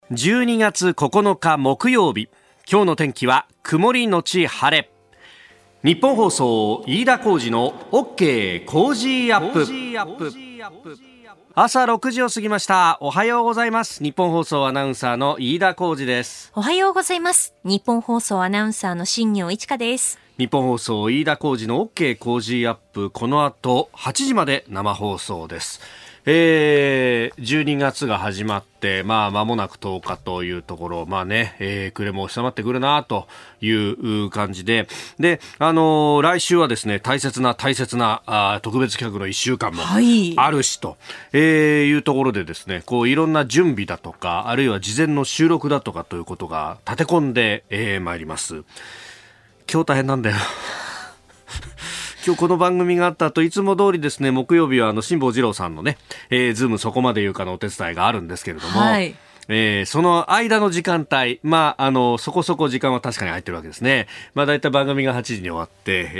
12月9日木曜日、今日の天気は曇りのち晴れ。日本放送飯田浩司の OK コージーアップ。朝6時を過ぎました。おはようございます。日本放送アナウンサーの飯田浩司です。 おはようございます。日本放送アナウンサーの新業一華です。 日本放送飯田浩司の OK コージーアップ、この後8時まで生放送です。12月が始まって、間もなく10日というところ、暮れも収まってくるなという感じで、来週はですね、大切な特別企画の1週間もあるし、というところでですね、こういろんな準備だとか、あるいは事前の収録だとかということが立て込んでまいります。今日大変なんだよ。今日この番組があった後、いつも通りですね、木曜日は辛坊治郎さんのね、ズームそこまで言うかのお手伝いがあるんですけれども、はい、その間の時間帯、そこそこ時間は確かに空いてるわけですね。だいたい番組が8時に終わって、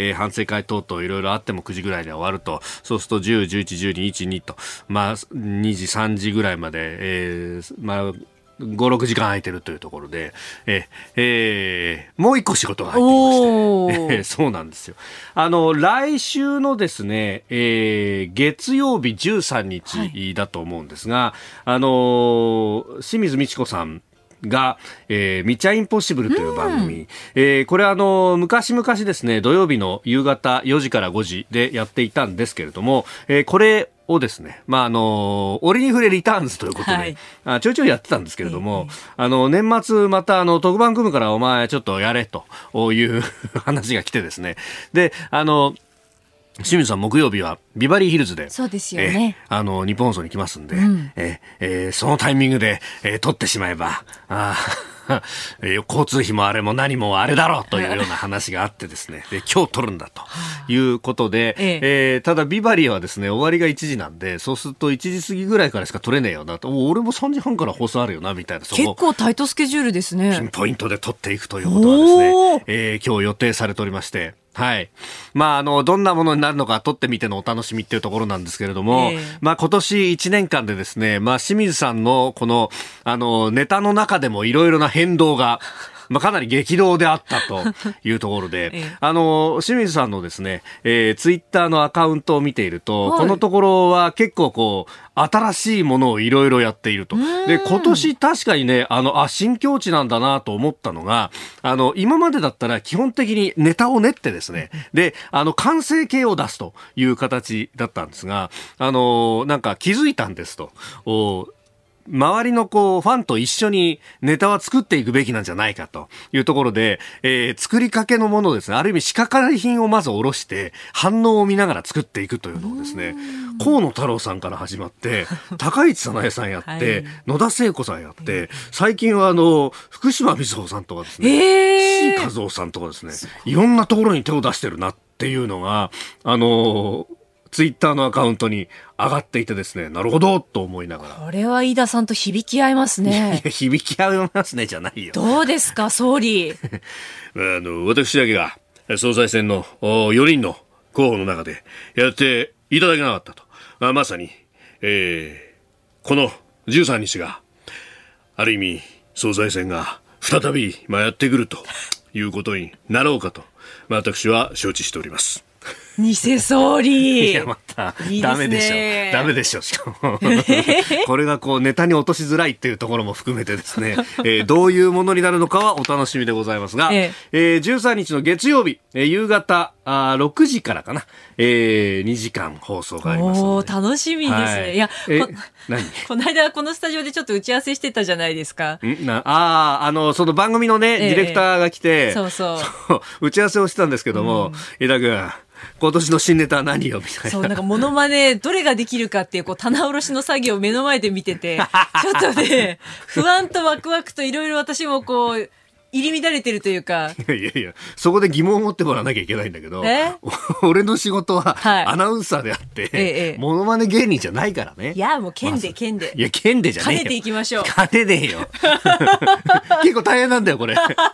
反省会等々いろいろあっても9時ぐらいで終わると、そうすると10、11、12、1、2と、2時、3時ぐらいまで、5、6時間空いてるというところで、もう一個仕事が入ってきまして、そうなんですよ。来週のですね、月曜日13日だと思うんですが、清水美智子さんが、ミッチャーインポッシブルという番組、これ昔々ですね、土曜日の夕方4時から5時でやっていたんですけれども、これをですね、折に触れリターンズということで、ちょいちょいやってたんですけれども、年末また特番組むからお前ちょっとやれという話が来てですね、で、清水さん木曜日はビバリーヒルズで、 そうですよね、 日本放送に来ますんで、そのタイミングで、撮ってしまえば、交通費もあれも何もあれだろうというような話があってですね、で今日撮るんだということで、ただビバリーはですね、終わりが1時なんで、そうすると1時過ぎぐらいからしか撮れねえよなと、俺も3時半から放送あるよなみたいな、 結構タイトスケジュールですね。 ピンポイントで撮っていくということがですね、今日予定されておりまして、はい。どんなものになるのか撮ってみてのお楽しみっていうところなんですけれども、今年1年間でですね、清水さんのこの、ネタの中でもいろいろな変動が、かなり激動であったというところで、清水さんのですね、ツイッターのアカウントを見ていると、このところは結構こう、新しいものをいろいろやっていると。で、今年確かにね、新境地なんだなと思ったのが、今までだったら基本的にネタを練ってですね、で、完成形を出すという形だったんですが、なんか気づいたんですと。周りのファンと一緒にネタは作っていくべきなんじゃないかというところで、作りかけのものをですね、ある意味仕掛かり品をまず下ろして反応を見ながら作っていくというのをですね、河野太郎さんから始まって高市早苗さんやって、野田聖子さんやって、最近は福島みずほさんとかですね、岸和夫さんとかですね、いろんなところに手を出してるなっていうのがツイッターのアカウントに上がっていてですね、なるほどと思いながら。 これは飯田さんと響き合いますね。 いや、響き合いますねじゃないよ。 どうですか、総理。 私だけが総裁選の4人の候補の中でやっていただけなかったと。まさに、この13日がある意味総裁選が再びやってくるということになろうかと、私は承知しております。 偽総理。 いや、またいいダメでしょ。ダメでしょ。しかもこれがネタに落としづらいっていうところも含めてですね、どういうものになるのかはお楽しみでございますが、13日の月曜日、夕方6時からかな、2時間放送がありますので。 楽しみですね。はい、いや、 何この間このスタジオでちょっと打ち合わせしてたじゃないですか。 その番組のね、ディレクターが来て、 そう打ち合わせをしてたんですけども、井田君、今年の新ネタは何よみたいな。 そう、なんかモノマネどれができるかっていう棚卸しの作業を目の前で見てて、ちょっとね、不安とワクワクといろいろ私も入り乱れてるというか。 いや、そこで疑問を持ってもらわなきゃいけないんだけど、俺の仕事はアナウンサーであって、モノマネ芸人じゃないからね。 いや、もう剣で。 いや、剣でじゃねえよ。 兼ねていきましょう。 兼ねねえよ。結構大変なんだよ、これ。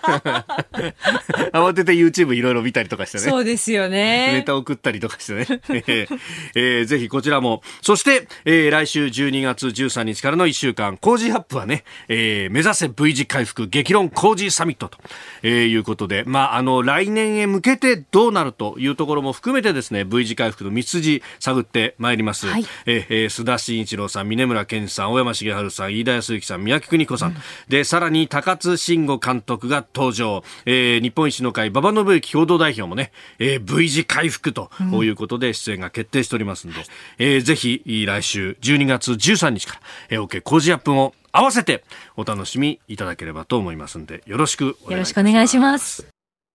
慌てて YouTube いろいろ見たりとかしてね。 そうですよね。 ネタ送ったりとかしてね。ぜひこちらも。そして、来週12月13日からの1週間、コージーアップはね、目指せ V 字回復激論コージーサミットと、いうことで、来年へ向けてどうなるというところも含めてですね、V 字回復の道筋探ってまいります。はい、須田慎一郎さん、峯村健さん、大山茂春さん、飯田康之さん、三宅邦子さん、で、さらに高津臣吾監督が登場。日本維新の会、馬場伸幸共同代表もね、V 字回復ということで出演が決定しておりますので、ぜひ来週12月13日から、OK コージーアップも合わせてお楽しみいただければと思いますので、よろしくお願いします。 よろしくお願いします。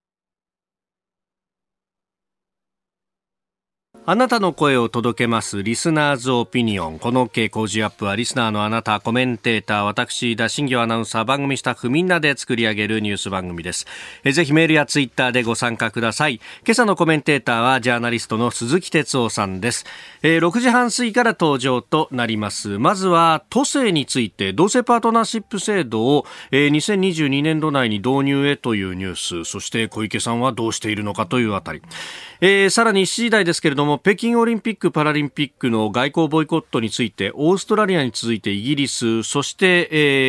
あなたの声を届けますリスナーズオピニオン。この OK 工事アップはリスナーのあなた、コメンテーター、私田新行アナウンサー、番組スタッフみんなで作り上げるニュース番組です。ぜひメールやツイッターでご参加ください。今朝のコメンテーターはジャーナリストの鈴木哲夫さんです。6時半過ぎから登場となります。まずは都政について、同性パートナーシップ制度を2022年度内に導入へというニュース、そして小池さんはどうしているのかというあたり、さらに7時台ですけれども、北京オリンピック・パラリンピックの外交ボイコットについて、オーストラリアに続いてイギリス、そして、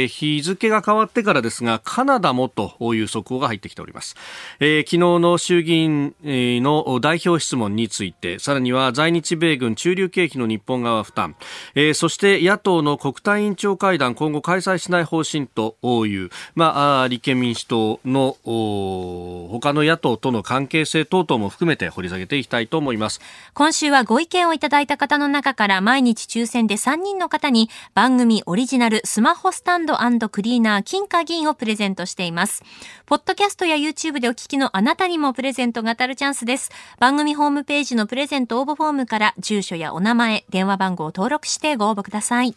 日付が変わってからですがカナダもという速報が入ってきております。昨日の衆議院の代表質問について、さらには在日米軍駐留経費の日本側負担、そして野党の国対委員長会談今後開催しない方針という、立憲民主党の他の野党との関係性等々も含めて掘り下げていきたいと思います。 今週はご意見をいただいた方の中から毎日抽選で3人の方に番組オリジナルスマホスタンド&クリーナー金貨銀をプレゼントしています。ポッドキャストや YouTube でお聞きのあなたにもプレゼントが当たるチャンスです。番組ホームページのプレゼント応募フォームから住所やお名前、電話番号を登録してご応募ください。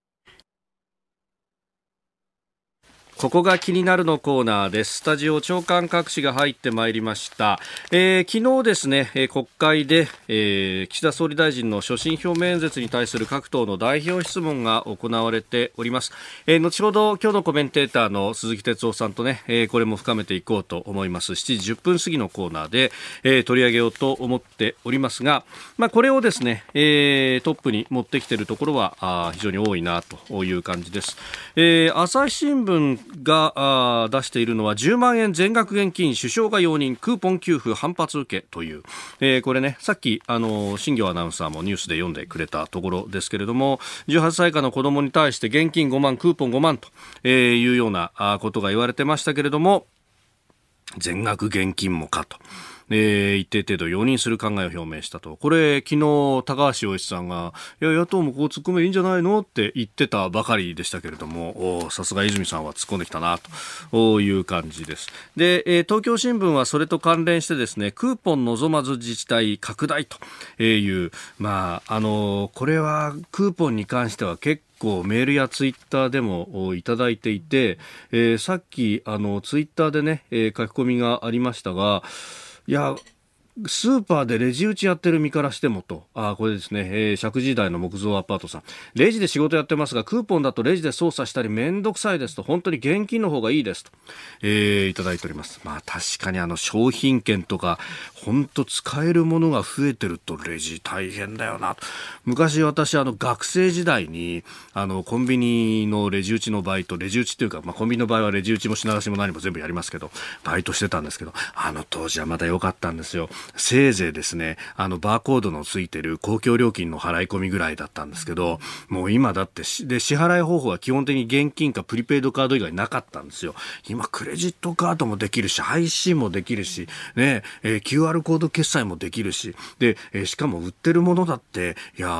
ここが気になるのコーナーです。スタジオ長官各紙が入ってまいりました。昨日ですね、国会で、岸田総理大臣の所信表明演説に対する各党の代表質問が行われております。後ほど今日のコメンテーターの鈴木哲夫さんとね、これも深めていこうと思います。7時10分過ぎのコーナーで、取り上げようと思っておりますが、これをですね、トップに持ってきているところは非常に多いなという感じです。朝日新聞が出しているのは10万円全額現金首相が容認クーポン給付反発受けという、これね、さっき新行アナウンサーもニュースで読んでくれたところですけれども、18歳以下の子どもに対して現金5万クーポン5万というようなことが言われてましたけれども、全額現金もかと一定程度容認する考えを表明したと。これ昨日高橋洋一さんが、いや野党もこう突っ込めばいいんじゃないのって言ってたばかりでしたけれども、さすが泉さんは突っ込んできたなという感じです。で、東京新聞はそれと関連してですね、クーポン望まず自治体拡大という、これはクーポンに関しては結構メールやツイッターでもいただいていて、さっきツイッターでね、書き込みがありましたが、いやスーパーでレジ打ちやってる身からしてもと、これですね、石神井台の木造アパートさん、レジで仕事やってますがクーポンだとレジで操作したりめんどくさいですと、本当に現金の方がいいですと、いただいております。確かに商品券とか本当使えるものが増えてるとレジ大変だよなと。昔私学生時代にコンビニのレジ打ちのバイト、レジ打ちというか、コンビニの場合はレジ打ちも品出しも何も全部やりますけどバイトしてたんですけど、当時はまだ良かったんですよ。せいぜいですね、バーコードのついてる公共料金の払い込みぐらいだったんですけど、もう今だってで支払い方法は基本的に現金かプリペイドカード以外なかったんですよ。今クレジットカードもできるし IC もできるし、ね、QR コード決済もできるしで、しかも売ってるものだって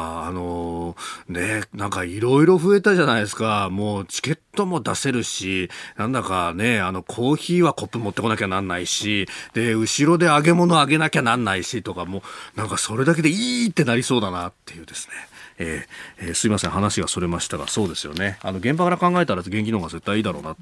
なんかいろいろ増えたじゃないですか。もうチケットも出せるし、なんだかね、コーヒーはコップ持ってこなきゃなんないし、で後ろで揚げ物あげなきゃなんないしとか、もうなんかそれだけでいいってなりそうだなっていうですすいません、話がそれましたが、そうですよね。現場から考えたら現金の方が絶対いいだろうなって、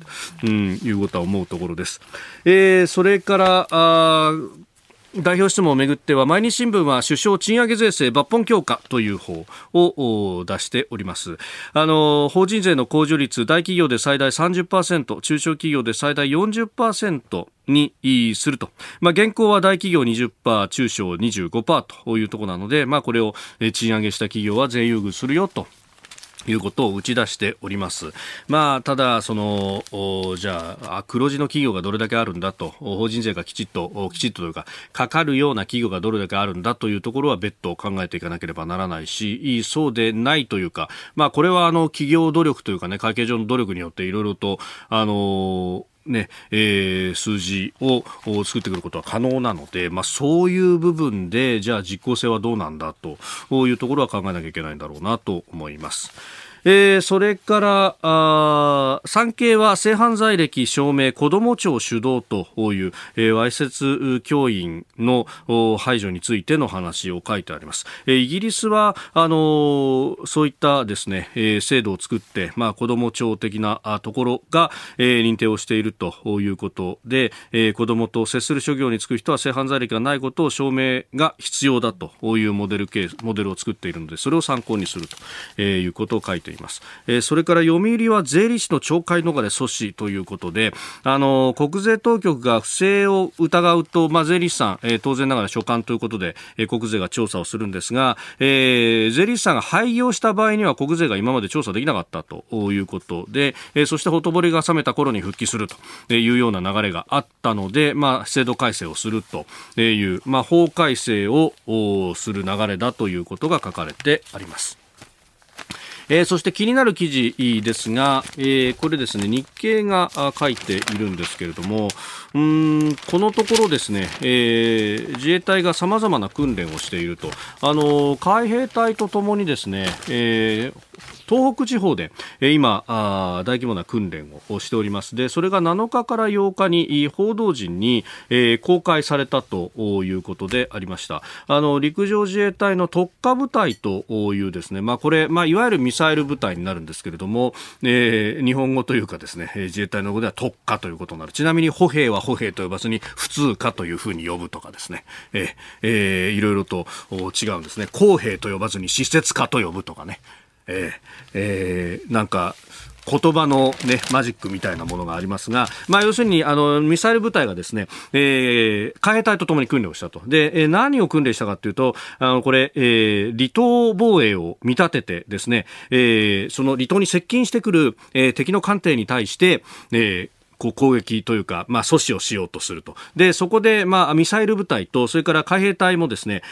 いうことは思うところです。それから代表質問をめぐっては、毎日新聞は首相賃上げ税制抜本強化という法を出しております。法人税の控除率、大企業で最大 30%、中小企業で最大 40% にすると。現行は大企業 20%、中小 25% というところなので、これを賃上げした企業は税優遇するよということを打ち出しております。ただじゃあ黒字の企業がどれだけあるんだと、法人税がきちっとというかかかるような企業がどれだけあるんだというところは別途考えていかなければならないし、そうでないというか、これは企業努力というかね、会計上の努力によっていろいろと数字を作ってくることは可能なので、そういう部分でじゃあ実効性はどうなんだというところは考えなきゃいけないんだろうなと思います。それから産経は性犯罪歴証明子ども庁主導という、わいせつ教員の排除についての話を書いてあります。イギリスはそういったですね、制度を作って、子ども庁的なところが、認定をしているということで、子どもと接する職業に就く人は性犯罪歴がないことを証明が必要だというモデルを作っているので、それを参考にするということを書いています。それから読売は税理士の懲戒逃れ阻止ということで、国税当局が不正を疑うと、税理士さん、当然ながら所管ということで、国税が調査をするんですが、税理士さんが廃業した場合には国税が今まで調査できなかったということで、そしてほとぼりが冷めた頃に復帰するというような流れがあったので、制度改正をするという、法改正をする流れだということが書かれてあります。そして気になる記事ですが、これですね、日経が書いているんですけれども、このところですね、自衛隊が様々な訓練をしていると、海兵隊とともにですね、東北地方で今大規模な訓練をしております。で、それが7日から8日に報道陣に公開されたということでありました。陸上自衛隊の特化部隊というですね、これ、いわゆるミサイル部隊になるんですけれども、日本語というかですね、自衛隊の語では特化ということになる。ちなみに歩兵は歩兵と呼ばずに普通科というふうに呼ぶとかですね、いろいろと違うんですね。公兵と呼ばずに施設科と呼ぶとかね、なんか言葉の、マジックみたいなものがありますが、要するにミサイル部隊がですね、海兵隊とともに訓練をしたと。で、何を訓練したかというと、これ、離島防衛を見立ててですね、その離島に接近してくる、敵の艦艇に対して、攻撃というか、阻止をしようとすると。で、そこで、ミサイル部隊と、それから海兵隊もですね、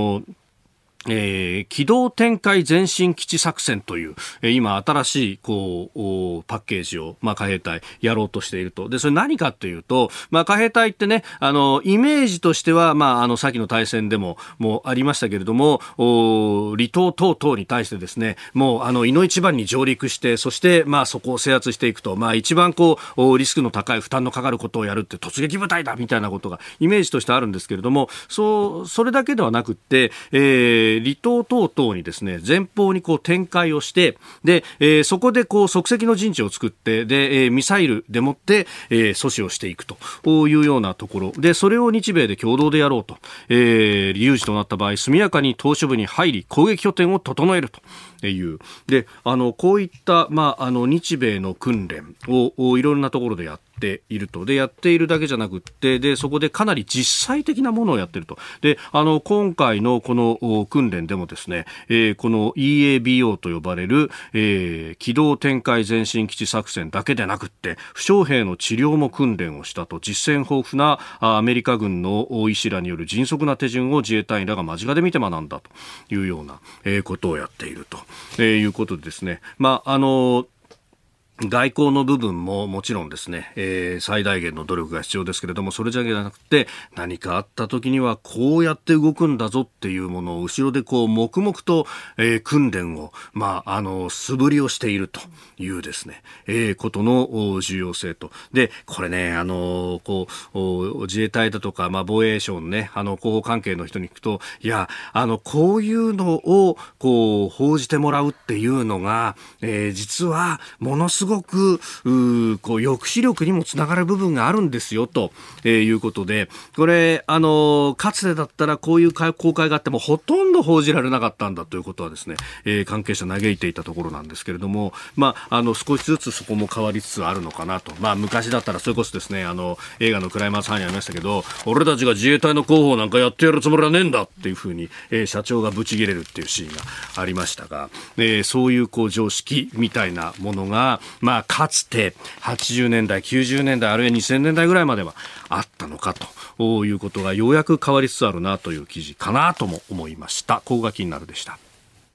機動展開前進基地作戦という、今新しいパッケージを、海兵隊やろうとしていると。で、それ何かというと、海兵隊ってね、イメージとしては、先の大戦でもありましたけれども、離島等々に対してですね、もういの一番に上陸して、そしてそこを制圧していくと、一番リスクの高い負担のかかることをやるって突撃部隊だみたいなことがイメージとしてあるんですけれども、それだけではなくって、離島等々にですね、前方に展開をして、で、そこで即席の陣地を作って、で、ミサイルでもって、阻止をしていくというようなところで、それを日米で共同でやろうと、有事となった場合、速やかに島しょ部に入り攻撃拠点を整えるというで、こういった日米の訓練をいろんなところでやっていると。で、やっているだけじゃなくって、で、そこでかなり実際的なものをやっていると。で、今回のこの訓練でもですね、この EABO と呼ばれる、機動展開前進基地作戦だけでなくって、負傷兵の治療も訓練をしたと。実践豊富なアメリカ軍の医師らによる迅速な手順を自衛隊員らが間近で見て学んだというような、ことをやっているということでですね、 外交の部分ももちろんですね、最大限の努力が必要ですけれども、それじゃなくて何かあった時にはこうやって動くんだぞっていうものを後ろでこう黙々と、訓練を、素振りをしているというですね、ことの重要性と。で、これね、自衛隊だとか、防衛省のね、広報関係の人に聞くと、いや、こういうのをこう報じてもらうっていうのが、実はものすごく抑止力にもつながる部分があるんですよと、いうことで、これかつてだったらこういう公開があってもほとんど報じられなかったんだということはですね、関係者嘆いていたところなんですけれども、少しずつそこも変わりつつあるのかなと。昔だったらそれこそですね、映画のクライマーズ班にありましたけど、俺たちが自衛隊の広報なんかやってやるつもりはねえんだっていうふうに、社長がブチ切れるっていうシーンがありましたが、そういう常識みたいなものがかつて80年代90年代あるいは2000年代ぐらいまではあったのかということがようやく変わりつつあるなという記事かなとも思いました。ここが気になるでした。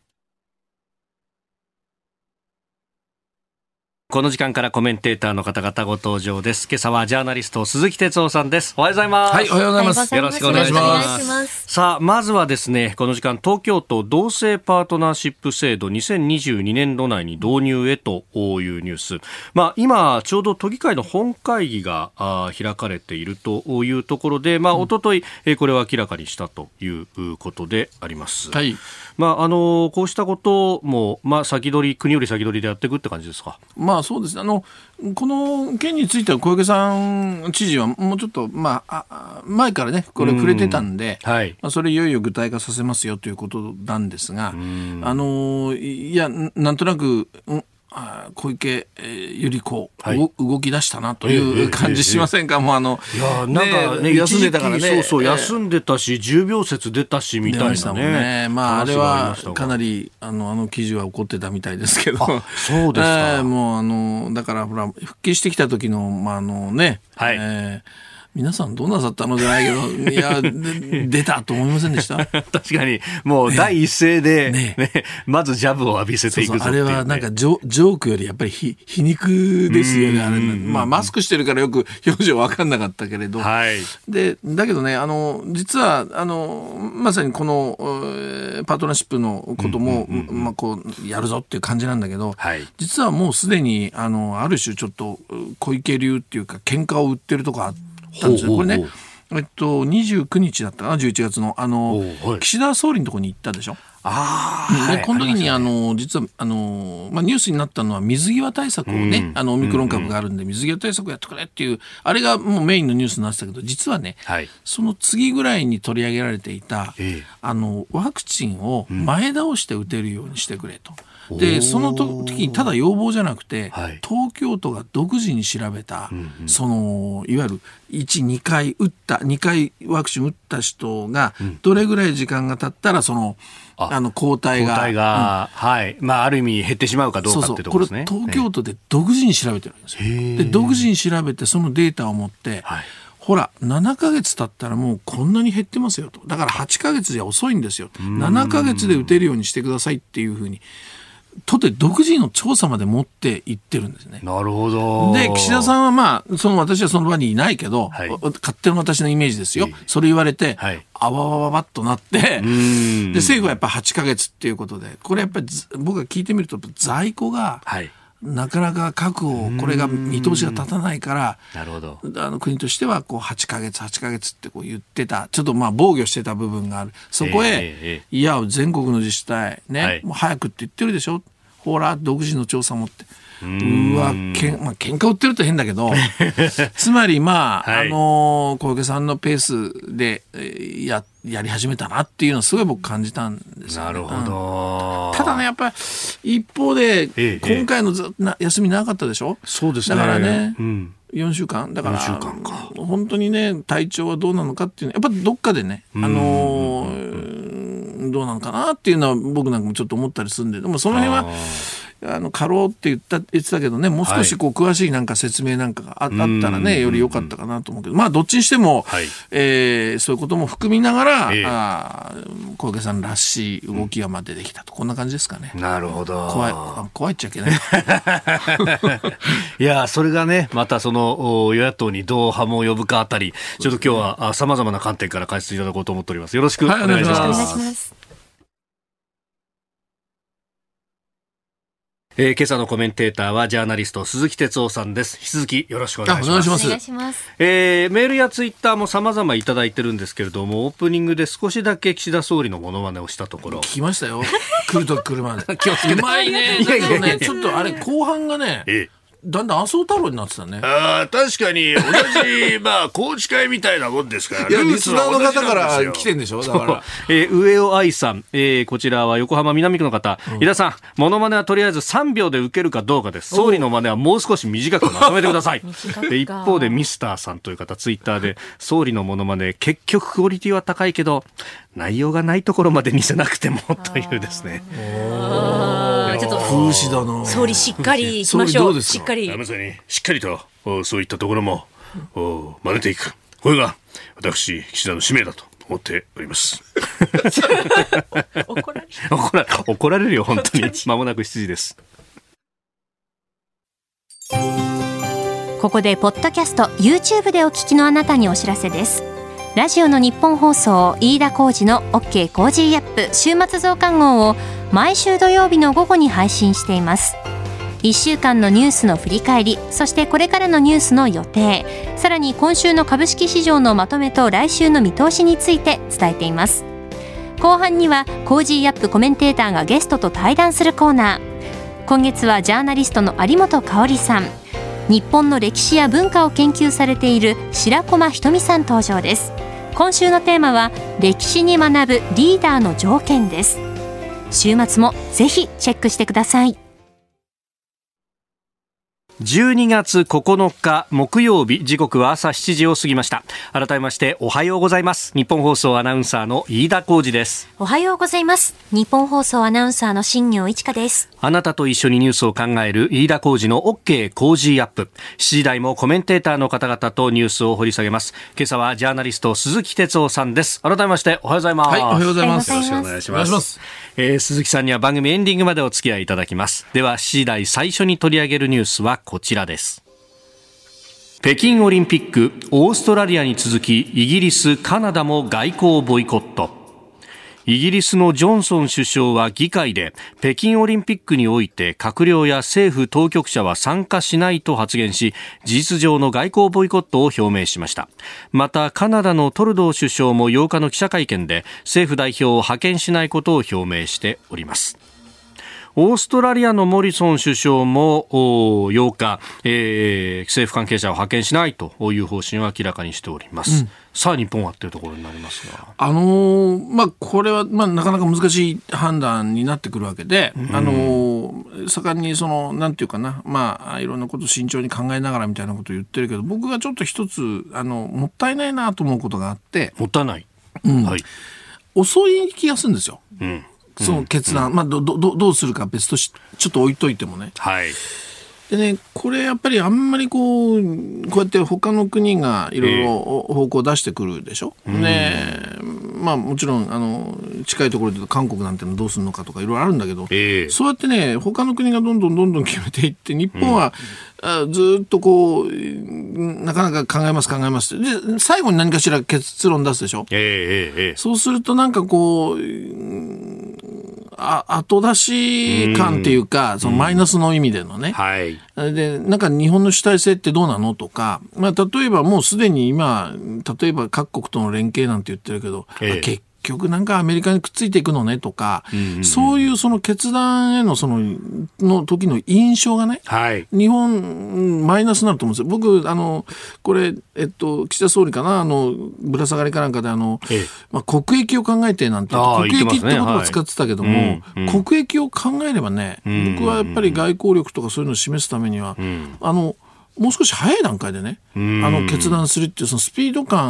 この時間からコメンテーターの方々ご登場です。今朝はジャーナリスト鈴木哲夫さんです。おはようございます。 はい、おはようございます。 よろしくお願いします。 さあ、まずはですね、この時間東京都同性パートナーシップ制度2022年度内に導入へというニュース。今ちょうど都議会の本会議が開かれているというところで、おとといこれを明らかにしたということであります。 はい。 こうしたことも先取り、国より先取りでやっていくって感じですか。 そうですね。この件については小池さん知事はもうちょっと、前からねこれ触れてたんで、 はい、 それいよいよ具体化させますよということなんですが、いやなんとなく、小池百合子、動き出したなという感じしませんか。もういやなんかね、 休んでたからね。 休んでたし重病説出たしみたいなね。 出ましたもんね。あれはかなり記事は起こってたみたいですけど。 そうですか。 もうだからほら復帰してきた時の皆さんどうなさったのじゃないけど、いや出たと思いませんでした。 確かにもう第一声で、まずジャブを浴びせていくぞっていう、 あれはなんかジョークよりやっぱり皮肉ですよね。あれマスクしてるからよく表情分かんなかったけれど、だけどね、実はまさにこの、パートナーシップのことも、こうやるぞっていう感じなんだけど、実はもうすでにある種ちょっと小池流っていうか喧嘩を売ってるとこあったんですよ。これね、29日だったかな、11月の岸田総理のところに行ったでしょ。でこの時に実はニュースになったのは水際対策をね、オミクロン株があるんで水際対策やってくれっていう、あれがもうメインのニュースになってたけど、実はね、その次ぐらいに取り上げられていた、ワクチンを前倒して打てるようにしてくれと。でその時にただ要望じゃなくて、東京都が独自に調べた、いわゆる2回ワクチン打った人がどれぐらい時間が経ったら抗体が、 ある意味減ってしまうかどうかってところですね。 これ東京都で独自に調べてるんですよ。で独自に調べてそのデータを持って、ほら7ヶ月経ったらもうこんなに減ってますよと。だから8ヶ月じゃ遅いんですよ。7ヶ月で打てるようにしてくださいっていうふうに都で独自の調査まで持っていってるんですね。 なるほど。 で岸田さんは私はその場にいないけど、勝手な私のイメージですよ、それ言われて、あわわわわっとなって、で政府はやっぱ8ヶ月っていうことで、これやっぱり僕が聞いてみると在庫が、なかなか確保、これが見通しが立たないから、 なるほど、 国としては8ヶ月って言ってた、ちょっと防御してた部分がある。そこへ、いや全国の自治体ね、もう早くって言ってるでしょ、ほら独自の調査持って、喧嘩売ってると変だけどつまり小池さんのペースでやり始めたなっていうのをすごい僕感じたんですよね。 なるほど。 ただね、やっぱり一方で、今回の休み長かったでしょ。 そうですね。 だからね、4週間だから本当にね、体調はどうなのかっていうのはやっぱりどっかでね、どうなのかなっていうのは僕なんかもちょっと思ったりするんで、でもその辺は過労って言ってたけどね、もう少しこう詳しいなんか説明なんかがあったらね、より良かったかなと思うけど、まあどっちにしても、そういうことも含みながら、小池さんらしい動きが出てきたと、こんな感じですかね。 なるほど。 怖いっちゃいけない。 いや、それがね、またその与野党にどう波紋を呼ぶかあたり、ちょっと今日は様々な観点から解説いただこうと思っております。よろしくお願いします。 お願いします。 今朝のコメンテーターはジャーナリスト鈴木哲夫さんです。引き続きよろしくお願いします。 お願いします。 メールやツイッターも様々いただいてるんですけれども、オープニングで少しだけ岸田総理のモノマネをしたところ、 聞きましたよ。来ると車で気をつけて。 うまいね。だけどね、ちょっとあれ後半がね、だんだん麻生太郎になってたね。 確かに同じ宏池会みたいなもんですから。 いや、リスナーの方から来てんでしょ。だから、 上尾愛さん、こちらは横浜南区の方、井田さん、モノマネはとりあえず3秒で受けるかどうかです。総理の真似はもう少し短くまとめてください。で、一方でミスターさんという方、ツイッターで総理のモノマネ結局クオリティは高いけど内容がないところまで似せなくてもというですね。 ちょっと風刺だな。 総理しっかりいきましょう。 しっかりまさにしっかりとそういったところも真似ていく、これが私岸田の使命だと思っております。怒られるよ本当に。間もなく7時です。 ここでポッドキャスト YouTube でお聞きのあなたにお知らせです。ラジオの日本放送飯田浩司の OK コージーアップ週末増刊号を毎週土曜日の午後に配信しています。1週間のニュースの振り返り、そしてこれからのニュースの予定、さらに今週の株式市場のまとめと来週の見通しについて伝えています。後半にはコージーアップコメンテーターがゲストと対談するコーナー。今月はジャーナリストの有本香里さん、日本の歴史や文化を研究されている白駒ひとみさん登場です。今週のテーマは歴史に学ぶリーダーの条件です。週末もぜひチェックしてください。 12月9日木曜日、時刻は朝7時を過ぎました。改めましておはようございます。日本放送アナウンサーの飯田浩司です。 おはようございます。日本放送アナウンサーの新業一華です。 あなたと一緒にニュースを考える飯田浩司の OK コージーアップ。7時台もコメンテーターの方々とニュースを掘り下げます。今朝はジャーナリスト鈴木哲夫さんです。改めましておはようございます。 はい、おはようございます。 よろしくお願いします。鈴木さんには番組エンディングまでお付き合いいただきます。では7時台最初に取り上げるニュースはこちらです。北京オリンピック、オーストラリアに続きイギリス、カナダも外交ボイコット。イギリスのジョンソン首相は議会で北京オリンピックにおいて閣僚や政府当局者は参加しないと発言し、事実上の外交ボイコットを表明しました。またカナダのトルドー首相も8日の記者会見で政府代表を派遣しないことを表明しております。オーストラリアのモリソン首相も8日、政府関係者を派遣しないという方針を明らかにしております。さあ日本はというところになりますが、 これは、なかなか難しい判断になってくるわけで、盛んになんていうかな、いろんなことを慎重に考えながらみたいなことを言ってるけど、僕がちょっと一つもったいないなと思うことがあって、 もったいない、はい、 遅い気がするんですよ。その決断、どうするか別としちょっと置いといてもね。 はい。 でね、これやっぱりあんまりこうやって他の国がいろいろ方向を出してくるでしょ。もちろん近いところで韓国なんてのどうするのかとかいろいろあるんだけど、そうやってね他の国がどんどん決めていって、日本は、ずっとこうなかなか考えますで最後に何かしら結論出すでしょ。そうするとなんかこう後出し感っていうか、そのマイナスの意味でのね、でなんか日本の主体性ってどうなのとか、例えばもうすでに今例えば各国との連携なんて言ってるけど、結局なんかアメリカにくっついていくのねとか、そういうその決断へのの時の印象がね、日本マイナスになると思うんですよ。僕これ岸田総理かなぶら下がりかなんかで国益を考えてなんて国益って言葉を使ってたけども、国益を考えればね、僕はやっぱり外交力とかそういうのを示すためにはもう少し早い段階でね決断するっていうそのスピード感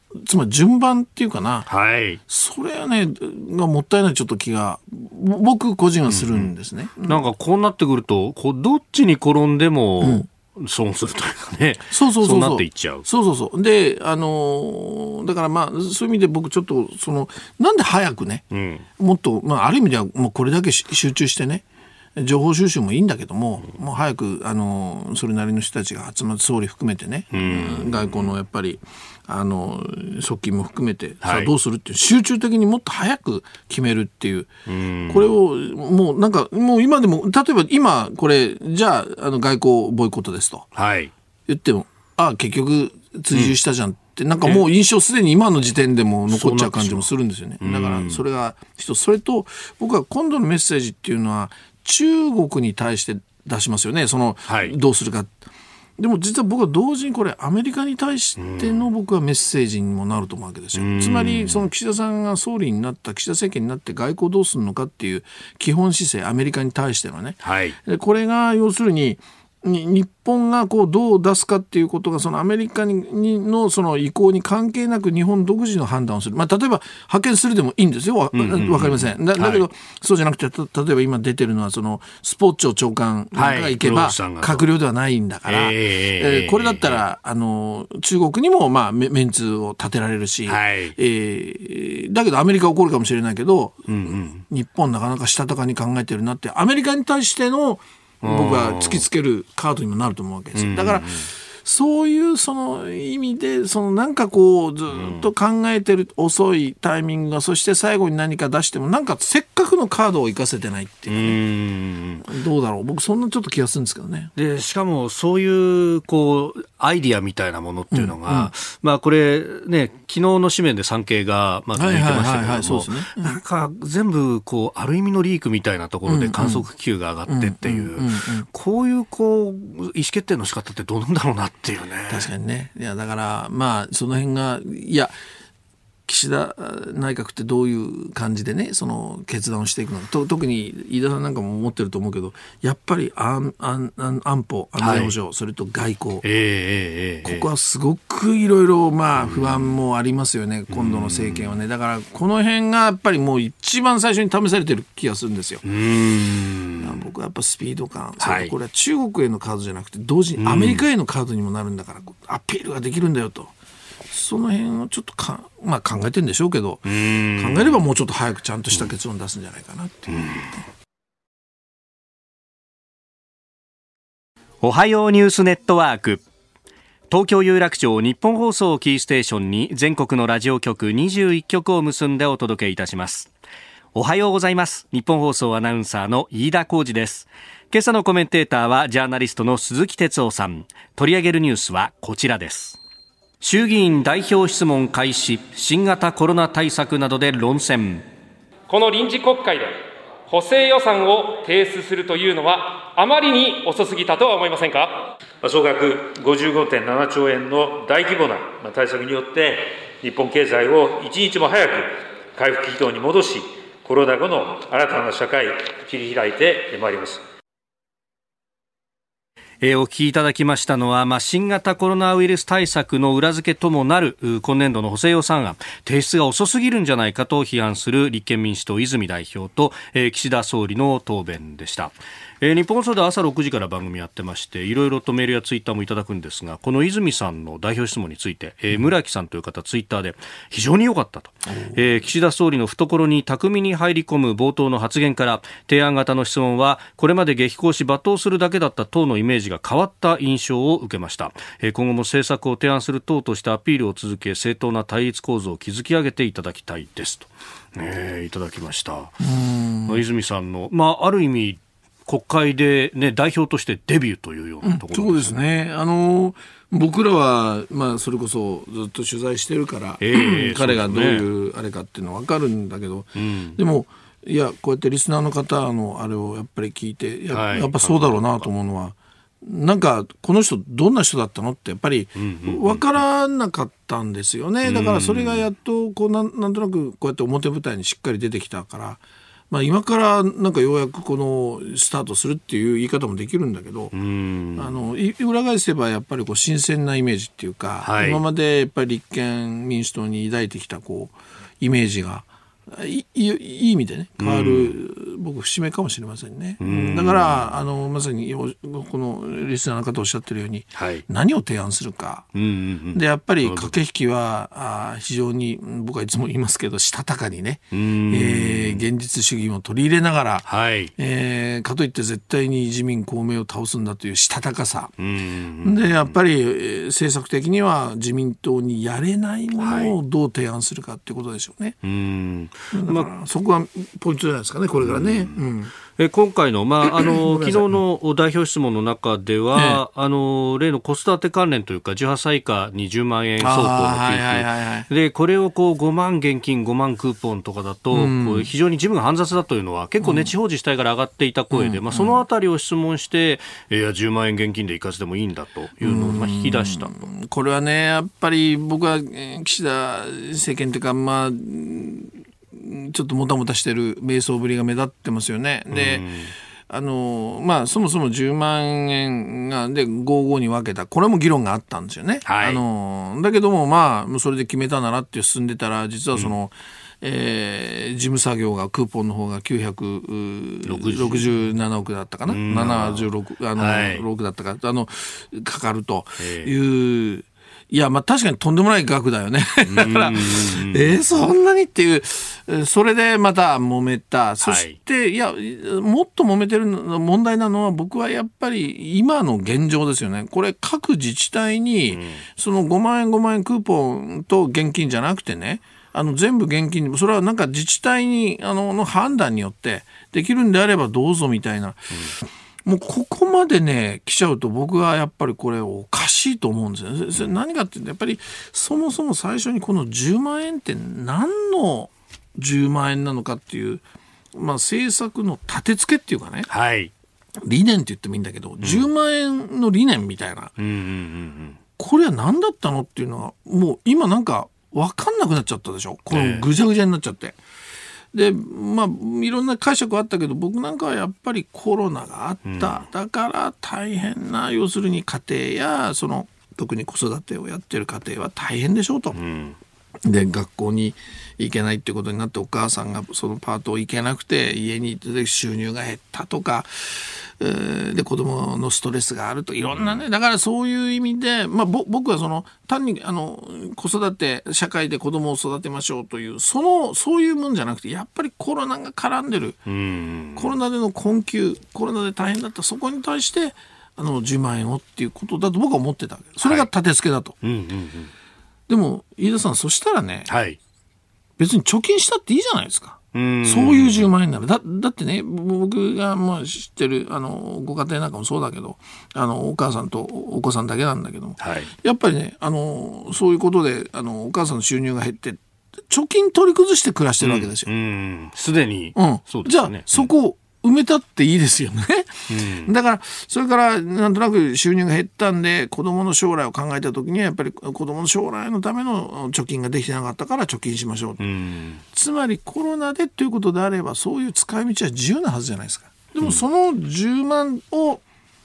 つまり順番っていうかな、 はい、 それはねがもったいないちょっと気が僕個人はするんですね。 なんかこうなってくるとどっちに転んでも、損するというかね。そうなっていっちゃう。 そうで、だからまあそういう意味で僕ちょっとなんで早くね、もっと、ある意味ではもうこれだけ集中してね、情報収集もいいんだけども、もう早くそれなりの人たちが集まって総理含めてね、外交のやっぱり側近も含めて、さあどうするっていう集中的にもっと早く決めるっていう、これをもうなんかもう今でも例えば今これじゃあ外交ボイコットですと、言っても結局追従したじゃんって、なんかもう印象すでに今の時点でも残っちゃう感じもするんですよね。だからそれが一つ、それと僕は今度のメッセージっていうのは中国に対して出しますよね。どうするか。でも実は僕は同時にこれアメリカに対しての僕はメッセージにもなると思うわけですよ。つまり岸田さんが総理になった岸田政権になって外交どうするのかっていう基本姿勢、アメリカに対してのね、これが要するに日本がどう出すかっていうことがアメリカの意向に関係なく日本独自の判断をする、例えば派遣するでもいいんですよ、わかりません。だけど、そうじゃなくて例えば今出てるのはスポーツ庁長官が行けば閣僚ではないんだから、これだったら中国にもメンツを立てられるし、だけどアメリカは怒るかもしれないけど、日本なかなかしたたかに考えてるなってアメリカに対しての僕は突きつけるカードにもなると思うわけですよ。だからそういう意味でなんかずっと考えてる遅いタイミングが、そして最後に何か出してもなんかせっかくのカードを生かせてないっていうかね、どうだろう、僕そんなちょっと気がするんですけどね。 でしかもそういうアイディアみたいなものっていうのが、これね昨日の紙面で産経が抜いてましたけども、なんか全部ある意味のリークみたいなところで観測気球が上がってっていう、こういう意思決定の仕方ってどうなんだろうなっていうね。 確かにね。いやだからその辺が岸田内閣ってどういう感じでね決断をしていくのか、特に飯田さんなんかも思ってると思うけど、やっぱり安保安全保障、それと外交、ここはすごくいろいろ不安もありますよね、今度の政権はね。だからこの辺がやっぱりもう一番最初に試されてる気がするんですよ。僕はやっぱスピード感、これは中国へのカードじゃなくて同時にアメリカへのカードにもなるんだから、アピールができるんだよと、その辺をちょっと考えてるんでしょうけど、考えればもうちょっと早くちゃんとした結論出すんじゃないかなっていう。 おはようニュースネットワーク、東京有楽町日本放送キーステーションに全国のラジオ局21局を結んでお届けいたします。おはようございます。日本放送アナウンサーの飯田浩司です。今朝のコメンテーターはジャーナリストの鈴木哲夫さん。取り上げるニュースはこちらです。衆議院代表質問開始、新型コロナ対策などで論戦。 この臨時国会で補正予算を提出するというのはあまりに遅すぎたとは思いませんか。 総額 55.7 兆円の大規模な対策によって日本経済を一日も早く回復軌道に戻し、コロナ後の新たな社会を切り開いてまいります。 お聞きいただきましたのは、新型コロナウイルス対策の裏付けともなる今年度の補正予算案提出が遅すぎるんじゃないかと批判する立憲民主党泉代表と、岸田総理の答弁でした。日本放送で朝6時から番組やってまして、いろいろとメールやツイッターもいただくんですが、この泉さんの代表質問について、村木さんという方ツイッターで非常に良かったと、岸田総理の懐に巧みに入り込む冒頭の発言から、提案型の質問はこれまで激高し罵倒するだけだった党のイメージが変わった印象を受けました。今後も政策を提案する党としてアピールを続け、正当な対立構造を築き上げていただきたいですと、いただきました。泉さんの、ある意味国会で、代表としてデビューというようなところですね。 そうですね。僕らは、それこそずっと取材してるから、彼がどういうあれかっていうのは分かるんだけど、でもこうやってリスナーの方のあれをやっぱり聞いて、やっぱそうだろうなと思うのは、なんかこの人どんな人だったのってやっぱり分からなかったんですよね。だからそれがやっとなんとなくこうやって表舞台にしっかり出てきたから、 今からなんかようやくこのスタートするっていう言い方もできるんだけど、裏返せばやっぱりこう新鮮なイメージっていうか、今までやっぱり立憲民主党に抱いてきたこうイメージがいい意味でね変わる、僕節目かもしれませんね。だからまさにこのリスナーの方おっしゃってるように、何を提案するか、でやっぱり駆け引きは非常に僕はいつも言いますけどしたたかにね、現実主義も取り入れながら、かといって絶対に自民公明を倒すんだというしたたかさ、でやっぱり政策的には自民党にやれないものをどう提案するかっていうことでしょうね。だからそこがポイントじゃないですかね、これからね。 今回の、昨日の代表質問の中では、例の子育て関連というか18歳以下に10万円相当の給付で、これをこう5万現金5万クーポンとかだと、こう非常に事務が煩雑だというのは結構ね、地方自治体から上がっていた声で、そのあたりを質問して、いや10万円現金でいかずでもいいんだというのを引き出したと。 これはねやっぱり僕は岸田政権というかちょっともたもたしてる迷走ぶりが目立ってますよね。でそもそも10万円がで55に分けた、これも議論があったんですよね。だけどもそれで決めたならって進んでたら、実はその、事務作業がクーポンの方が967億だったかな、76億だったかかかるという。いや確かにとんでもない額だよね。だからそんなにっていう、それでまた揉めた。そしてもっと揉めてる問題なのは、僕はやっぱり今の現状ですよね。これ各自治体にその5万円5万円クーポンと現金じゃなくてね、全部現金、それはなんか自治体にの判断によってできるんであればどうぞみたいな。もうここまでね来ちゃうと、僕はやっぱりこれおかしいと思うんですよね。それ何かっていうと、やっぱりそもそも最初にこの10万円って何の10万円なのかっていう、政策の立て付けっていうかね、理念って言ってもいいんだけど、10万円の理念みたいな、これは何だったのっていうのはもう今なんか分かんなくなっちゃったでしょ。このぐちゃぐちゃになっちゃって。でいろんな解釈はあったけど、僕なんかはやっぱりコロナがあった、だから大変な、要するに家庭や特に子育てをやってる家庭は大変でしょうと、で学校に行けないってことになって、お母さんがそのパートを行けなくて家にいて収入が減ったとか、で子供のストレスがあると、いろんなね、だからそういう意味で、僕は単に子育て社会で子供を育てましょうというそういうもんじゃなくて、やっぱりコロナが絡んでる、コロナでの困窮、コロナで大変だった、そこに対して10万円をっていうことだと僕は思ってたわけ。それが立て付けだと、でも飯田さん、そしたらね、別に貯金したっていいじゃないですか。そういう10万円なら だってね、僕が知ってるご家庭なんかもそうだけど、お母さんとお子さんだけなんだけども、やっぱりねそういうことでお母さんの収入が減って貯金取り崩して暮らしてるわけですよ。 すでに、そうですね。 じゃあそこを埋めたっていいですよね。だからそれからなんとなく収入が減ったんで、子どもの将来を考えた時にはやっぱり子どもの将来のための貯金ができてなかったから貯金しましょう、つまりコロナでということであれば、そういう使い道は自由なはずじゃないですか。でもその10万を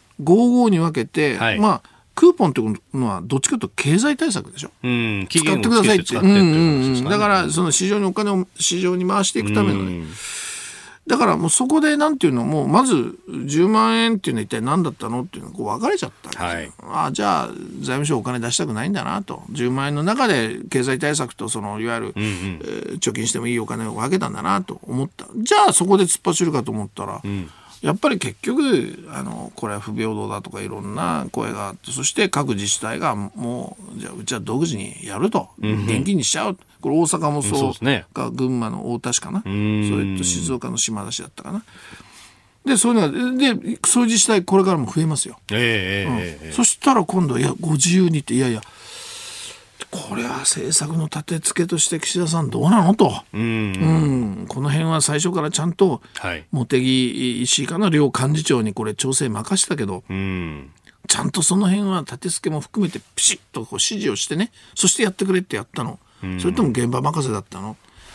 55に分けて、クーポンというのはどっちかというと経済対策でしょ。使ってくださいって。だからその市場にお金を市場に回していくためのね、だからもうそこでなんていうの、もうまず10万円っていうのは一体何だったのっていうのがこう分かれちゃったわけですよ。じゃあ財務省お金出したくないんだなと、10万円の中で経済対策といわゆる、貯金してもいいお金を分けたんだなと思った。じゃあそこで突っ走るかと思ったら、やっぱり結局これは不平等だとかいろんな声があって、そして各自治体がもうじゃあうちは独自にやると、現金にしちゃう。これ大阪もそうか、群馬の太田市かな、それと静岡の島田市だったかな。でそういうのがで、そういう自治体これからも増えますよ。そしたら今度ご自由にって、いやこれは政策の立て付けとして岸田さんどうなのと、この辺は最初からちゃんと茂木石井かの両幹事長にこれ調整任したけど、ちゃんとその辺は立て付けも含めてピシッとこう指示をしてね、そしてやってくれってやったの、それとも現場任せだったの、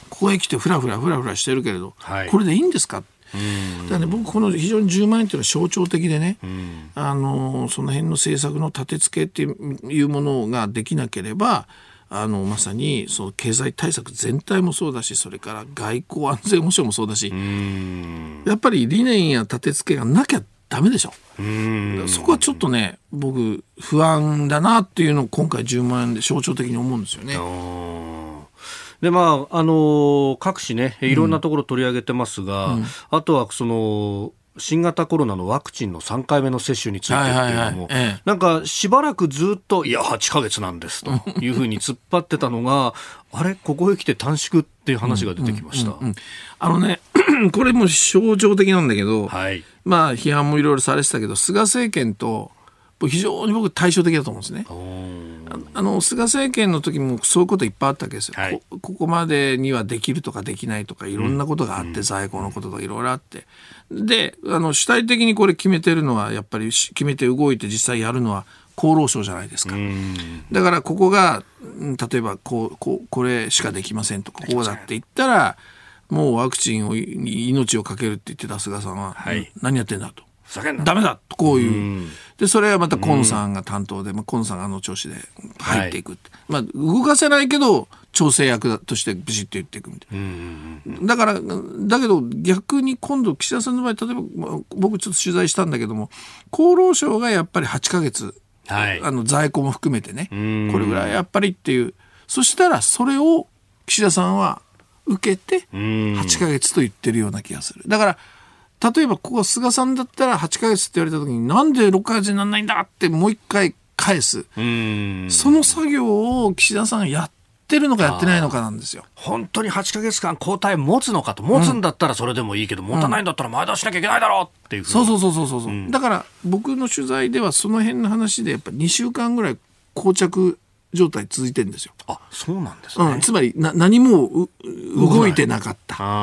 ここへ来てフラフラしてるけれど、 はい、 これでいいんですか。だからね、僕この非常に10万円というのは象徴的でね、その辺の政策の立て付けっていうものができなければまさにその経済対策全体もそうだし、それから外交安全保障もそうだし、やっぱり理念や立て付けがなきゃダメでしょ。そこはちょっとね、僕不安だなっていうのを今回10万円で象徴的に思うんですよね。 で各紙ね、いろんなところ取り上げてますが、あとはその新型コロナのワクチンの3回目の接種についてっていうのも、なんかしばらくずっといや8ヶ月なんですというふうに突っ張ってたのがあれここへ来て短縮っていう話が出てきました。 これも象徴的なんだけど、 はい、 まあ批判もいろいろされてたけど、菅政権と非常に僕対照的だと思うんですね。菅政権の時もそういうこといっぱいあったわけですよ、はい、ここまでにはできるとかできないとかいろんなことがあって、在庫のこととかいろいろあって、で主体的にこれ決めてるのはやっぱり決めて動いて実際やるのは厚労省じゃないですか。だからここが例えばこれしかできませんとかこうだって言ったらもうワクチンに命をかけるって言ってた菅さんは、はい、何やってんだとダメだとこういう、でそれはまた河野さんが担当で、河野さんが調子で入っていくって、はい、動かせないけど調整役としてビシッと言っていくみたいな。だけど逆に今度岸田さんの場合、例えば僕ちょっと取材したんだけども、厚労省がやっぱり8ヶ月、はい、在庫も含めてね、これぐらいやっぱりっていう、そしたらそれを岸田さんは受けて8ヶ月と言ってるような気がする。だから例えばここ菅さんだったら8ヶ月って言われた時になんで6ヶ月にならないんだってもう一回返す、その作業を岸田さんやってるのかやってないのかなんですよ。 本当に8ヶ月間交代持つのかと、持つんだったらそれでもいいけど、持たないんだったら前倒しなきゃいけないだろうっていう、 そう、だから僕の取材ではその辺の話でやっぱ2週間ぐらい膠着状態続いてるんですよ。 あ、そうなんですね。 つまり何も動いてなかった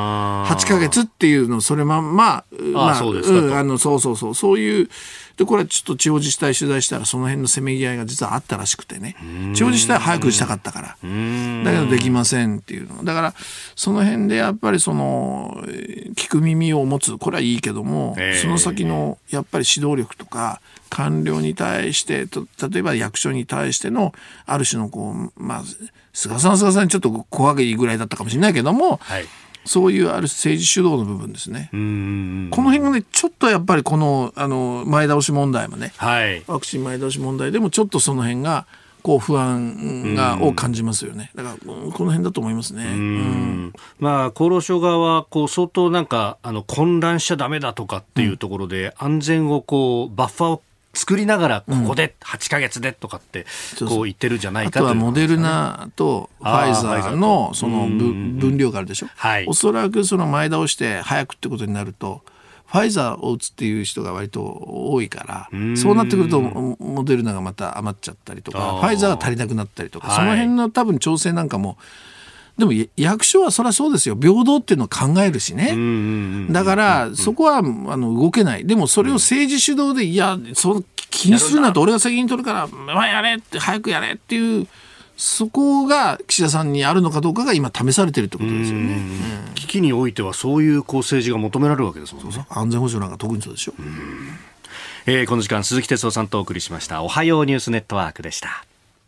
。8ヶ月っていうのそれそうですかと。そういうで、これはちょっと地方自治体取材したらその辺のせめぎ合いが実はあったらしくてね、地方自治体は早くしたかったから、だけどできませんっていうのだから、その辺でやっぱり聞く耳を持つ、これはいいけども、その先のやっぱり指導力とか官僚に対して例えば役所に対してのある種の菅さんちょっと小上げぐらいだったかもしれないけども、はい、そういうある政治主導の部分ですね。この辺がねちょっとやっぱりこの前倒し問題もね、はい、ワクチン前倒し問題でもちょっとその辺が不安を感じますよね。だからこの辺だと思いますね。 厚労省側は相当なんか混乱しちゃダメだとかっていうところで、安全をバッファーを作りながらここで8ヶ月でとかって言ってるんじゃないかという、 あとはモデルナとファイザーのその分量があるでしょ、はい、おそらくその前倒して早くってことになるとファイザーを打つっていう人が割と多いから、そうなってくるとモデルナがまた余っちゃったりとか、ファイザーが足りなくなったりとか、その辺の多分調整なんかも、でも役所はそりゃそうですよ、平等っていうのを考えるしね。だからそこは動けない。でもそれを政治主導で、いや気にするなと、俺が責任取るからやれって早くやれっていう、そこが岸田さんにあるのかどうかが今試されてるってことですよね。 危機においてはそういう政治が求められるわけですもんね。 安全保障なんか特にそうでしょ。 この時間鈴木哲夫さんとお送りしました。おはようニュースネットワークでした。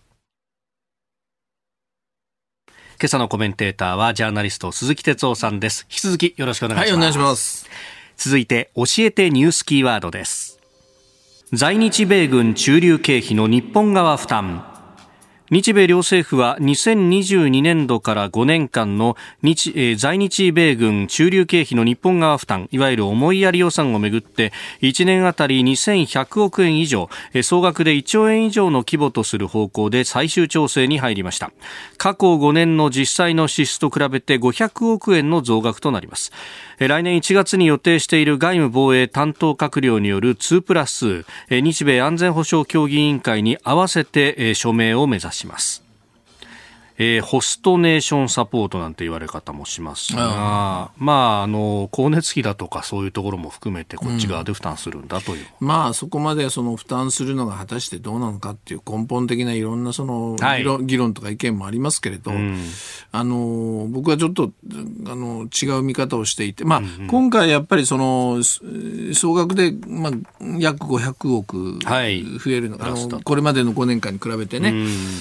今朝のコメンテーターはジャーナリスト鈴木哲夫さんです。引き続きよろしくお願いします。 はい、お願いします。 続いて教えてニュースキーワードです。在日米軍駐留経費の日本側負担。日米両政府は2022年度から5年間の在日米軍駐留経費の日本側負担、いわゆる思いやり予算をめぐって1年あたり2100億円以上、総額で1兆円以上の規模とする方向で最終調整に入りました。過去5年の実際の支出と比べて500億円の増額となります。来年1月に予定している外務防衛担当閣僚による2+2、日米安全保障協議委員会に合わせて署名を目指します。 ホストネーションサポートなんて言われ方もしますが、光熱費だとかそういうところも含めてこっち側で負担するんだという、 そこまでその負担するのが果たしてどうなのかっていう根本的ないろんなその議論とか意見もありますけれど、僕はちょっと違う見方をしていて、今回やっぱりその総額で約500億増えるの、これまでの5年間に比べてね、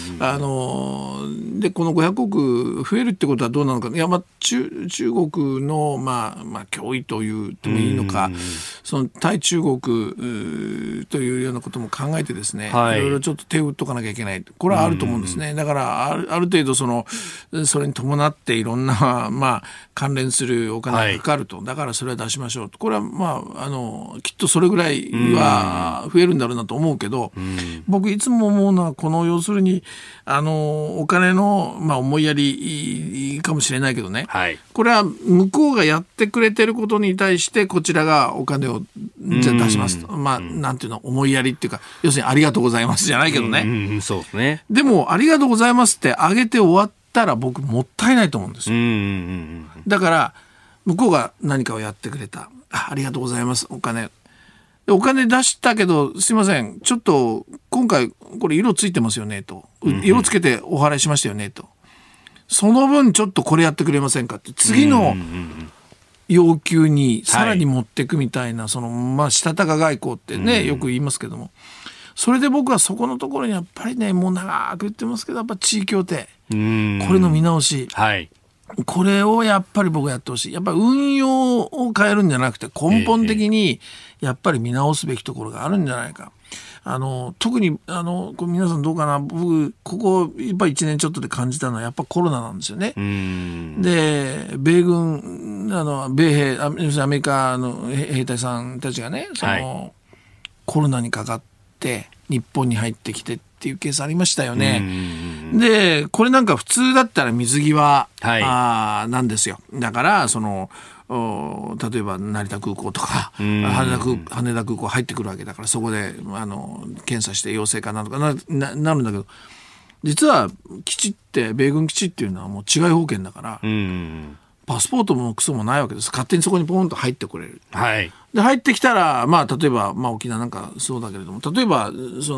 でこの500億増えるってことはどうなのか、いや、中国の、脅威と言ってもいいのか、その対中国というようなことも考えてですね、いろいろちょっと手を打っとかなきゃいけない、これはあると思うんですね。だからある程度それに伴っていろんな、関連するお金がかかると、だからそれは出しましょうと、これはきっとそれぐらいは増えるんだろうなと思うけど、僕いつも思うのは要するにお金の、思いやりかもしれないけどね、これは向こうがやってくれてることに対してこちらがお金をじゃ出しますと、なんていうの、思いやりっていうか、要するにありがとうございますじゃないけどね、 そうですね。 でもありがとうございますってあげて終わったら僕もったいないと思うんですよ。だから向こうが何かをやってくれた、ありがとうございます、お金出したけど、すいません、ちょっと今回これ色ついてますよねと、色つけてお払いしましたよねと、その分ちょっとこれやってくれませんかって次の要求にさらに持っていくみたいな、したたか外交ってね、よく言いますけども、それで僕はそこのところにやっぱりね、もう長く言ってますけど、やっぱ地位協定、これの見直し、これをやっぱり僕はやってほしい。やっぱり運用を変えるんじゃなくて根本的にやっぱり見直すべきところがあるんじゃないか。特にこれ皆さんどうかな、僕ここやっぱり1年ちょっとで感じたのはやっぱコロナなんですよね。で米軍米兵アメリカの兵隊さんたちがね、コロナにかかって日本に入ってきてっていうケースありましたよね。でこれなんか普通だったら水際、なんですよ。だから例えば成田空港とか羽田空港入ってくるわけだから、そこで検査して陽性かなとか なるんだけど、実は米軍基地っていうのはもう治外法権だから、パスポートもクソもないわけです。勝手にそこにポンと入ってくれる、で入ってきたら、例えば、沖縄なんかそうだけれども、例えば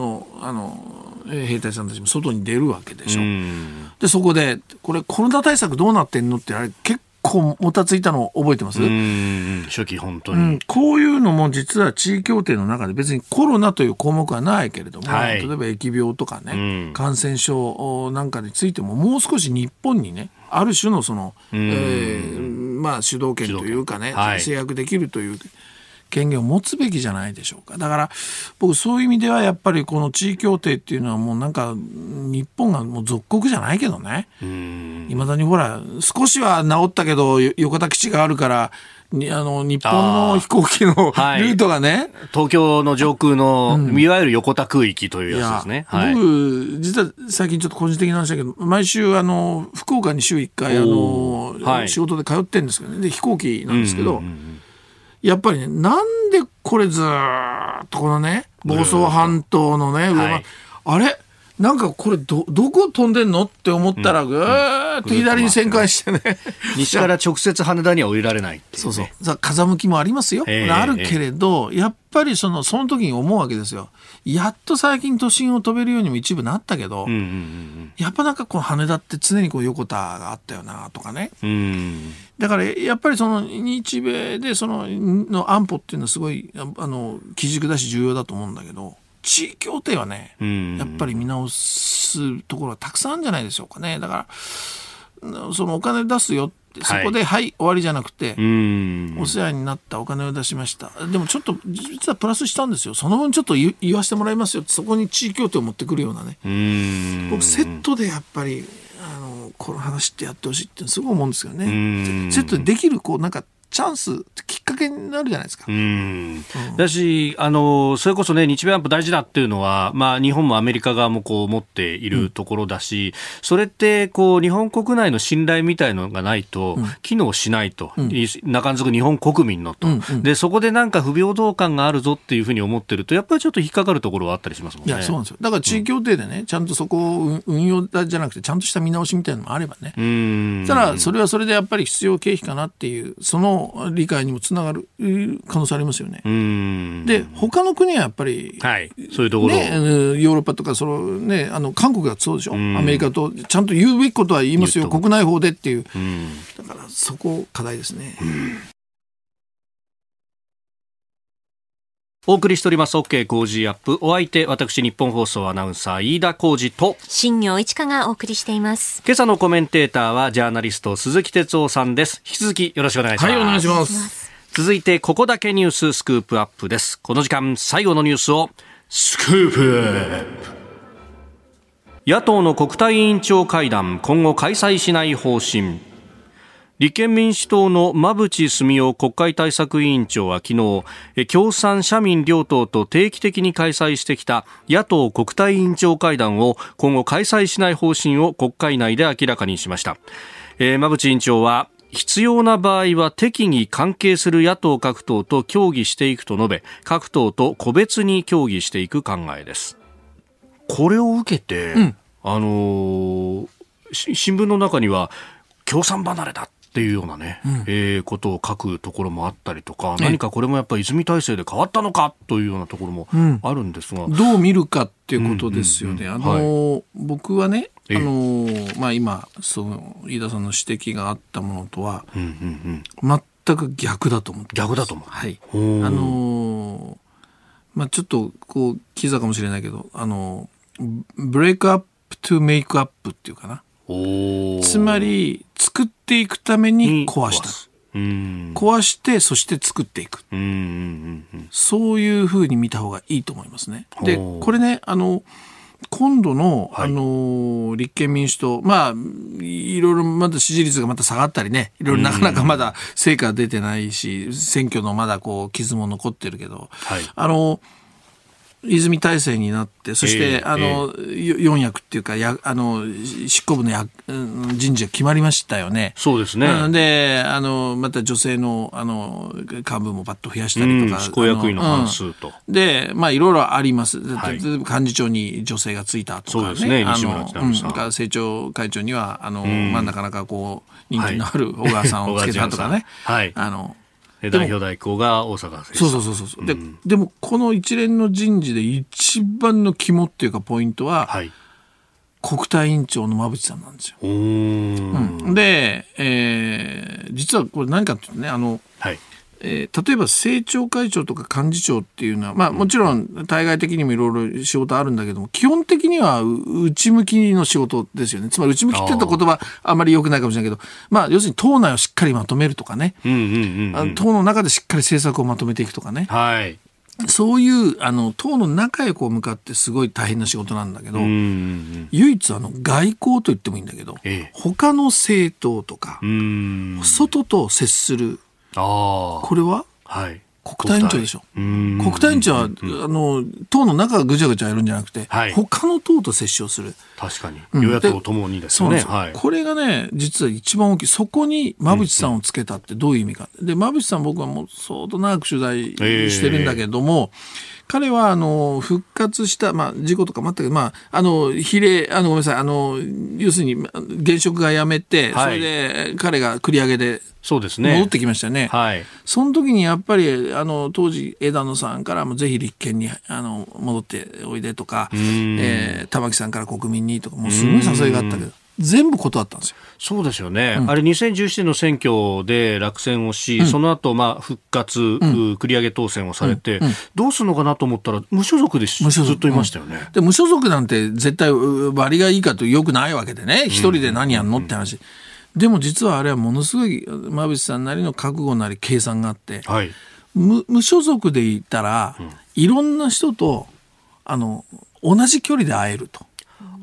兵隊さんたちも外に出るわけでしょ。でそこでこれコロナ対策どうなってんのって、あれ結構もたついたの覚えてます？ 初期本当に、 こういうのも実は地位協定の中で別にコロナという項目はないけれども、例えば疫病とかね、感染症なんかについてももう少し日本にね、ある種の主導権というかね、制約できるという権限を持つべきじゃないでしょうか。だから僕そういう意味ではやっぱりこの地位協定っていうのはもうなんか日本がもう属国じゃないけどね、いまだにほら少しは治ったけど横田基地があるから日本の飛行機のルートがね、 東京の上空の、いわゆる横田空域というやつですね。 僕実は最近ちょっと個人的な話だけど、毎週福岡に週1回仕事で通ってるんですけどね、で飛行機なんですけど、やっぱりね、なんでこれずーっとこのね房総半島のね上、あれなんかこれどこ飛んでんのって思ったらぐーっと左に旋回してね、 西から直接羽田には降りられないっていうね。 そう風向きもありますよ、あるけれど、やっぱりその時に思うわけですよ。やっと最近都心を飛べるようにも一部なったけど、やっぱなんかこの羽田って常に横田があったよなとかね、だからやっぱり日米での安保っていうのはすごい基軸だし重要だと思うんだけど、地位協定はね、やっぱり見直すところはたくさんあるんじゃないでしょうかね。だからお金出すよってそこで終わりじゃなくて、お世話になったお金を出しました、でもちょっと実はプラスしたんですよ、その分ちょっと言わせてもらいますよって、そこに地位協定を持ってくるようなね、僕セットでやっぱりこの話ってやってほしいってすごい思うんですよね。セットでできるなんかチャンスきっかけになるじゃないですか。 だしそれこそね日米安保大事だっていうのは、日本もアメリカ側もこう持っているところだし、それってこう日本国内の信頼みたいのがないと機能しないと、中づく日本国民のと、でそこでなんか不平等感があるぞっていうふうに思ってるとやっぱりちょっと引っかかるところはあったりしますもんね。 いやそうなんですよ。だから地位協定でね、ちゃんとそこを運用じゃなくてちゃんとした見直しみたいなのもあればね、ただそれはそれでやっぱり必要経費かなっていうその理解にもつながる可能性ありますよね。で他の国はやっぱり、 そういうところ、 ヨーロッパとか韓国がそうでしょ、アメリカとちゃんと言うべきことは言いますよ国内法でっていう、だからそこ課題ですね。 お送りしております OK 工事アップ。お相手私日本放送アナウンサー飯田浩司と新業一華がお送りしています。 今朝のコメンテーターはジャーナリスト鈴木哲夫さんです。引き続きよろしくお願いします。 はい、お願いします。 続いてここだけニューススクープアップです。この時間最後のニュースをスクープアップ。野党の国対委員長会談今後開催しない方針。立憲民主党の馬淵澄夫国会対策委員長は昨日、共産社民両党と定期的に開催してきた野党国対委員長会談を今後開催しない方針を国会内で明らかにしました。馬淵委員長は必要な場合は適宜関係する野党各党と協議していくと述べ、各党と個別に協議していく考えです。これを受けて、新聞の中には共産離れだっていうようなね、ことを書くところもあったりとか、何かこれもやっぱり泉体制で変わったのかというようなところもあるんですが、 どう見るかっていうことですよね。僕はね、今その飯田さんの指摘があったものとは、全く逆だと思ってます。 逆だと思う。 はい。ちょっとこうキザかもしれないけど、ブレイクアップトゥメイクアップっていうかな。つまり作っていくために壊した。壊してそして作っていく。そういうふうに見た方がいいと思いますね。で、これね、今度の、立憲民主党、いろいろまだ支持率がまた下がったりね、いろいろなかなかまだ成果出てないし、選挙のまだこう傷も残ってるけど、泉体制になって、そして、4役っていうか、執行部の人事が決まりましたよね。 そうですね。 で、また女性の、幹部もバッと増やしたりとか。 執行役員の半数と。 で、いろいろあります。幹事長に女性がついたとかね。 そうですね、西村智奈美さん。 政調会長には、なかなかこう、人気のある小川さんをつけたとかね。 代表代行が大阪選手。 そう。でもこの一連の人事で一番の肝っていうかポイントは、国対委員長の馬淵さんなんですよ。で、実はこれ何かっていうとね、例えば政調会長とか幹事長っていうのは、もちろん対外的にもいろいろ仕事あるんだけども、基本的には内向きの仕事ですよね。つまり内向きって言った言葉あまり良くないかもしれないけど、要するに党内をしっかりまとめるとかね、党の中でしっかり政策をまとめていくとかね、そういう党の中へこう向かってすごい大変な仕事なんだけど、唯一外交と言ってもいいんだけど、他の政党とか外と接する、これは、国対委員長でしょ。国対委員長は党の中がぐちゃぐちゃやるんじゃなくて、他の党と接触をする。 確かに与野党ともにですよね。 これがね実は一番大きい。そこに馬淵さんをつけたってどういう意味か。で馬淵さん僕はもう相当長く取材してるんだけども、彼は復活した事故とかもあったけど比例ごめんなさい要するに現職が辞めて、それで彼が繰り上げで戻ってきましたよね。その時にやっぱり当時枝野さんからもぜひ立憲に戻っておいでとか、玉木さんから国民にとかもうすごい誘いがあったけど全部断ったんですよ。 そうですよね。あれ2017年の選挙で落選をし、その後復活、繰り上げ当選をされて、どうするのかなと思ったら無所属でずっといましたよね。 で無所属なんて絶対割がいいかとよくないわけでね、一人で何やんのって話。でも実はあれはものすごい馬淵さんなりの覚悟なり計算があって、無所属でいたら、いろんな人と同じ距離で会えると。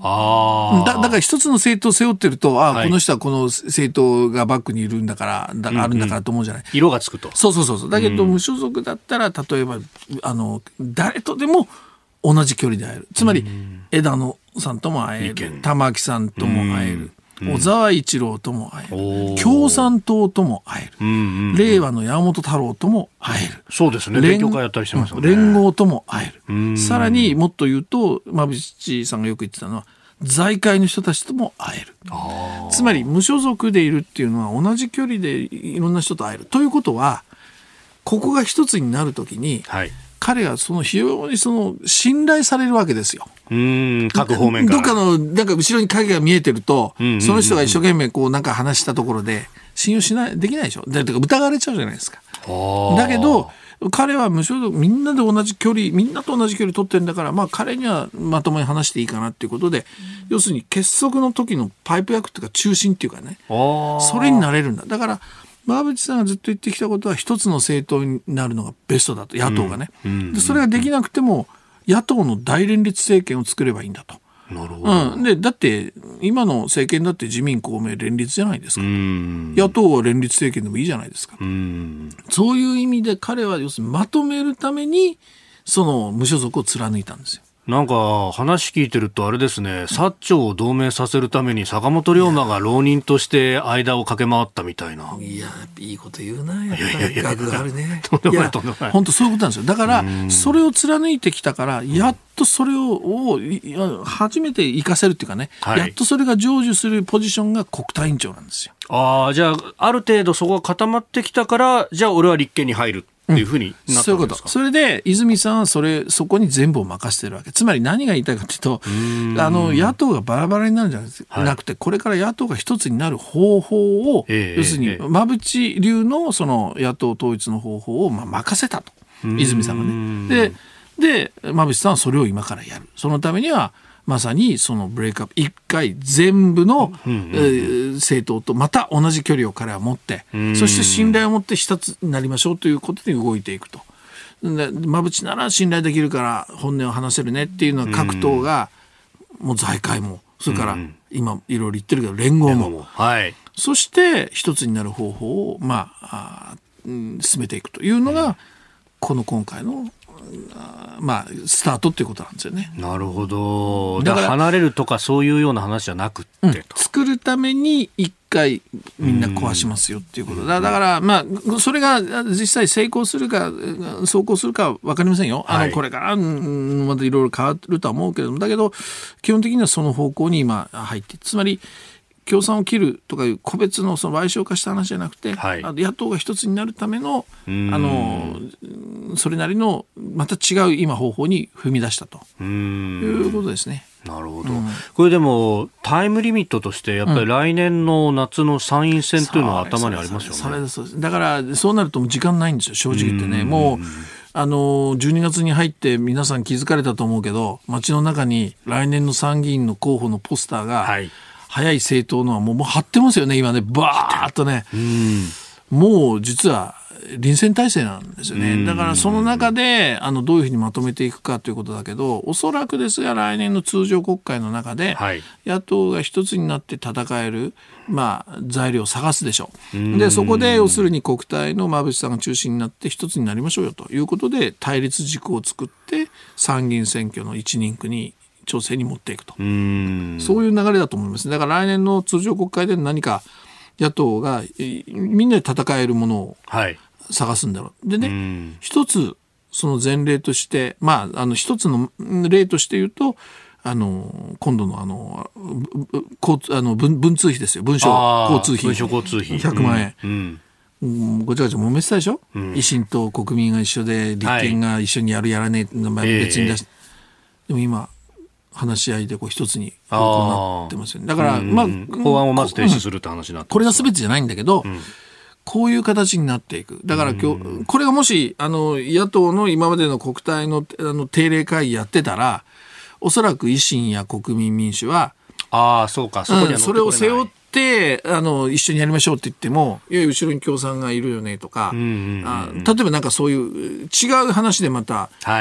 だから一つの政党を背負ってると、はい、この人はこの政党がバックにいるんだから、あるんだからと思うじゃない。 色がつくと。 そう。だけど、無所属だったら、例えば、誰とでも同じ距離で会える。つまり、枝野さんとも会える。玉木さんとも会える。小沢一郎とも会える。共産党とも会える。令和の山本太郎とも会える。 そうですね。勉強会やったりしてますよね。 連合とも会える。さらにもっと言うと、馬淵さんがよく言ってたのは、財界の人たちとも会える。つまり無所属でいるっていうのは同じ距離でいろんな人と会える。ということは、ここが一つになるときに、はい、彼は非常に信頼されるわけですよ。 各方面から。 どっかのなんか後ろに影が見えてると、その人が一生懸命なんか話したところで信用できないでしょ。だから疑われちゃうじゃないですか。だけど彼は無所属、みんなと同じ距離取ってるんだから、彼にはまともに話していいかなっていうことで、要するに結束の時のパイプ役っていうか中心っていうかね、それになれるんだ。だから馬淵さんがずっと言ってきたことは、一つの政党になるのがベストだと、野党がね。でそれができなくても野党の大連立政権を作ればいいんだと。 なるほど。 でだって今の政権だって自民公明連立じゃないですか。野党は連立政権でもいいじゃないですか。そういう意味で彼は要するにまとめるために無所属を貫いたんですよ。 なんか話聞いてるとあれですね、薩長を同盟させるために坂本龍馬が浪人として間を駆け回ったみたいな。 いや、いいこと言うな、やっぱり学があるね。 とんでもない。 本当そういうことなんですよ。だからそれを貫いてきたから、やっとそれを初めて活かせるっていうかね、はい、やっとそれが成就するポジションが国対委員長なんですよ。 じゃあある程度そこが固まってきたから、じゃあ俺は立憲に入るっていうふうになったんですか。 そういうこと。それで泉さんはそこに全部を任せてるわけ。つまり何が言いたいかというと、野党がバラバラになるんじゃなくて、これから野党が一つになる方法を、要するに馬淵流の野党統一の方法を任せたと、泉さんがね。で馬淵さんはそれを今からやる。そのためにはまさにブレイクアップ一回全部の、政党とまた同じ距離を彼は持って、そして信頼を持って一つになりましょうということで動いていくと。馬淵なら信頼できるから本音を話せるねっていうのは各党が、もう財界もそれから今いろいろ言ってるけど連合も、 はい、 そして一つになる方法を進めていくというのが今回のスタートっていうことなんですよね。 なるほど。だから離れるとかそういうような話じゃなくってと、 作るために一回みんな壊しますよっていうことだ。だからそれが実際成功するか走行するかは分かりませんよ。これからまたいろいろ変わるとは思うけれども、だけど基本的にはその方向に今入って、つまり共産を切るとかいう個別の賠償化した話じゃなくて、はい、野党が一つになるためのそれなりのまた違う今方法に踏み出したということですね。 なるほど、これでもタイムリミットとしてやっぱり来年の夏の参院選というのは頭にありますよね。 それです。だからそうなると時間ないんですよ、正直言ってね。もう12月に入って皆さん気づかれたと思うけど、街の中に来年の参議院の候補のポスターが、はい、早い政党のはもう貼ってますよね、今ね、バーっとね。もう実は臨戦態勢なんですよね。だからその中でどういうふうにまとめていくかということだけど、おそらくですが来年の通常国会の中で、はい、野党が一つになって戦える、材料を探すでしょう。でそこで要するに国対の馬淵さんが中心になって一つになりましょうよということで対立軸を作って参議院選挙の一人区に調整に持っていくと、そういう流れだと思います。だから来年の通常国会で何か野党がみんなで戦えるものを探すんだろう。でね、一つその前例として、一つの例として言うと今度の文通費ですよ。文書交通費100万円、ごちゃごちゃ揉めてたでしょ、維新と国民が一緒で立憲が一緒にやるやらねえ、別に出して、でも今話し合いで一つになってますよね。だから法案をまず提出するって話になって、 これが全てじゃないんだけど、こういう形になっていく。だから今日これがもし野党の今までの国対の定例会議やってたら、おそらく維新や国民民主はそうか、そこには乗ってこれない、 それを背負って一緒にやりましょうって言っても、いや後ろに共産がいるよねとか、例えばなんかそういう違う話でまた、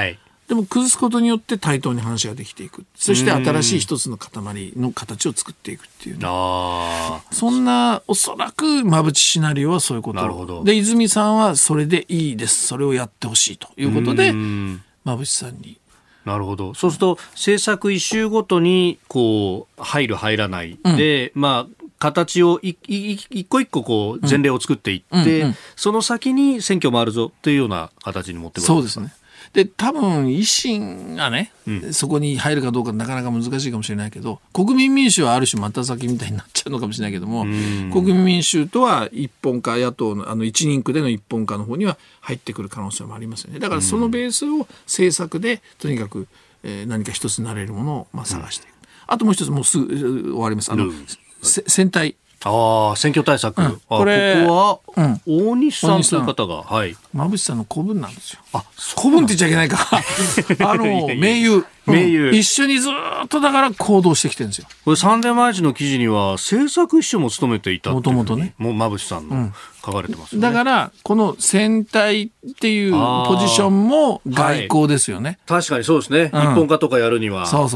でも崩すことによって対等に話ができていく。そして新しい一つの塊の形を作っていくっていう、ね、そんなおそらく馬淵シナリオはそういうこと。 なるほど。 で泉さんはそれでいいです、それをやってほしいということで馬淵さんに。 なるほど。そうすると政策一周ごとにこう入る入らないで、まあ形を一個一個こう前例を作っていって、その先に選挙回るぞというような形に持ってくる。 そうですね。で多分維新がね、そこに入るかどうかなかなか難しいかもしれないけど、国民民主はある種また先みたいになっちゃうのかもしれないけども、国民民主とは一本化、野党の一人区での一本化の方には入ってくる可能性もありますよね。だからそのベースを政策でとにかく、何か一つになれるものを探していく。あともう一つ、もうすぐ終わります。選対。 選挙対策。 これここは、大西さんという方が、はい。 馬淵さんの子分なんですよ。子分って言っちゃいけないか。盟友。一緒にずっとだから行動してきてるんですよ。 これサンデー毎日の記事には政策秘書も務めていたっていうふうに、 もともとね、 もう馬淵さんの書かれてますよね。 だからこの選対っていうポジションも外交ですよね。 確かにそうですね。一本化とかやるには。 そう。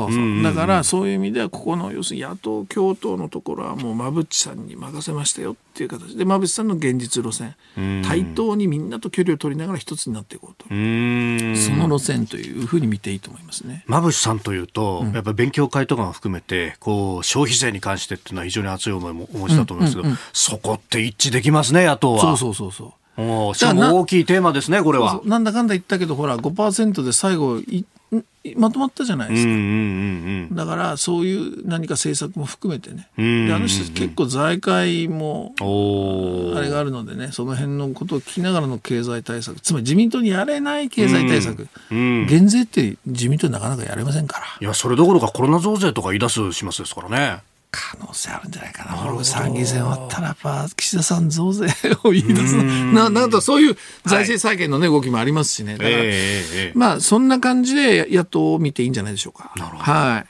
だからそういう意味ではここの要するに野党共闘のところはもう馬淵さんに任せましたよっていう形で、馬淵さんの現実路線、対等にみんなと距離を取りながら一つになっていこうと、その路線というふうに見ていいと思いますね。 馬淵さんというと、やっぱり勉強会とかも含めてこう消費税に関してっていうのは非常に熱い思いもお持ちだと思いますけど、そこって一致できますね、野党は。 そうしかも大きいテーマですね、これは。 なんだかんだ言ったけどほら 5% で最後まとまったじゃないですか。だからそういう何か政策も含めてね、であの人結構財界もあれがあるのでね、その辺のことを聞きながらの経済対策、つまり自民党にやれない経済対策、減税って自民党なかなかやれませんから。 いや、それどころかコロナ増税とか言い出すしますですからね。 可能性あるんじゃないかな。参議院選終わったらやっぱ岸田さん増税を言い出すなんかそういう財政再建の、ね、動きもありますしね。だから、まあそんな感じで野党を見ていいんじゃないでしょうか。 なるほど。 はい。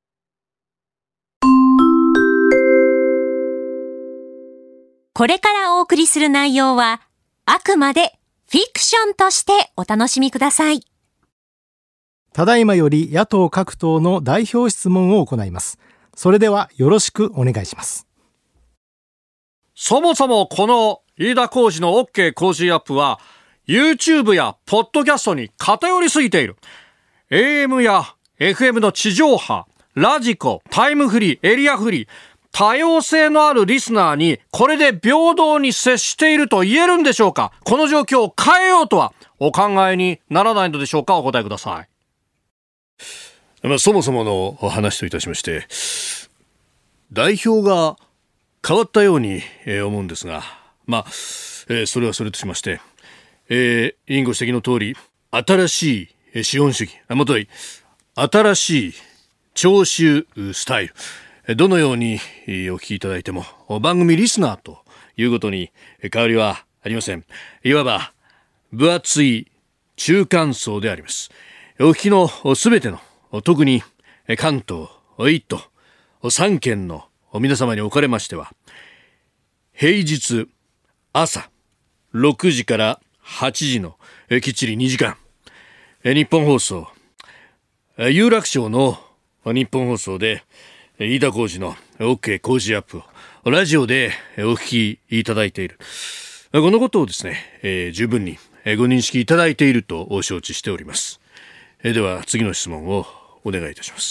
これからお送りする内容はあくまでフィクションとしてお楽しみください。 ただいまより野党各党の代表質問を行います。それではよろしくお願いします。 そもそもこの飯田浩司の OK 工事アップは YouTube やポッドキャストに偏りすぎている。 AM や FM の地上波、ラジコ、タイムフリー、エリアフリー、多様性のあるリスナーにこれで平等に接していると言えるんでしょうか。この状況を変えようとはお考えにならないのでしょうか。お答えください。そもそもの話といたしまして、代表が変わったように思うんですが、それはそれとしまして、委員ご指摘の通り、新しい資本主義、もとい新しい聴取スタイル、どのようにお聞きいただいても番組リスナーということに変わりはありません。いわば分厚い中間層であります。お聞きのすべての、特に関東1都3県の皆様におかれましては、平日朝6時から8時のきっちり2時間、日本放送有楽町の日本放送で飯田浩司の OK 工事アップをラジオでお聞きいただいている、このことをですね、十分にご認識いただいていると承知しております。では次の質問をお願いいたします。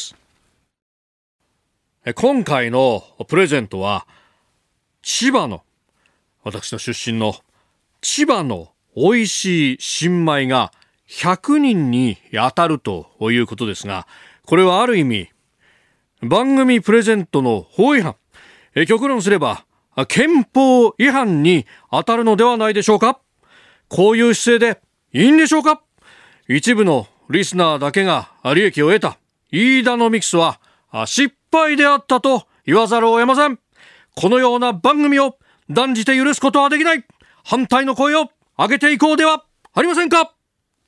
今回のプレゼントは千葉の、私の出身の千葉の美味しい新米が100人に当たるということですが、これはある意味番組プレゼントの法違反、極論すれば憲法違反に当たるのではないでしょうか。こういう姿勢でいいんでしょうか。一部のリスナーだけが利益を得た飯田のミクスは失敗であったと言わざるを得ません。このような番組を断じて許すことはできない。反対の声を上げていこうではありませんか。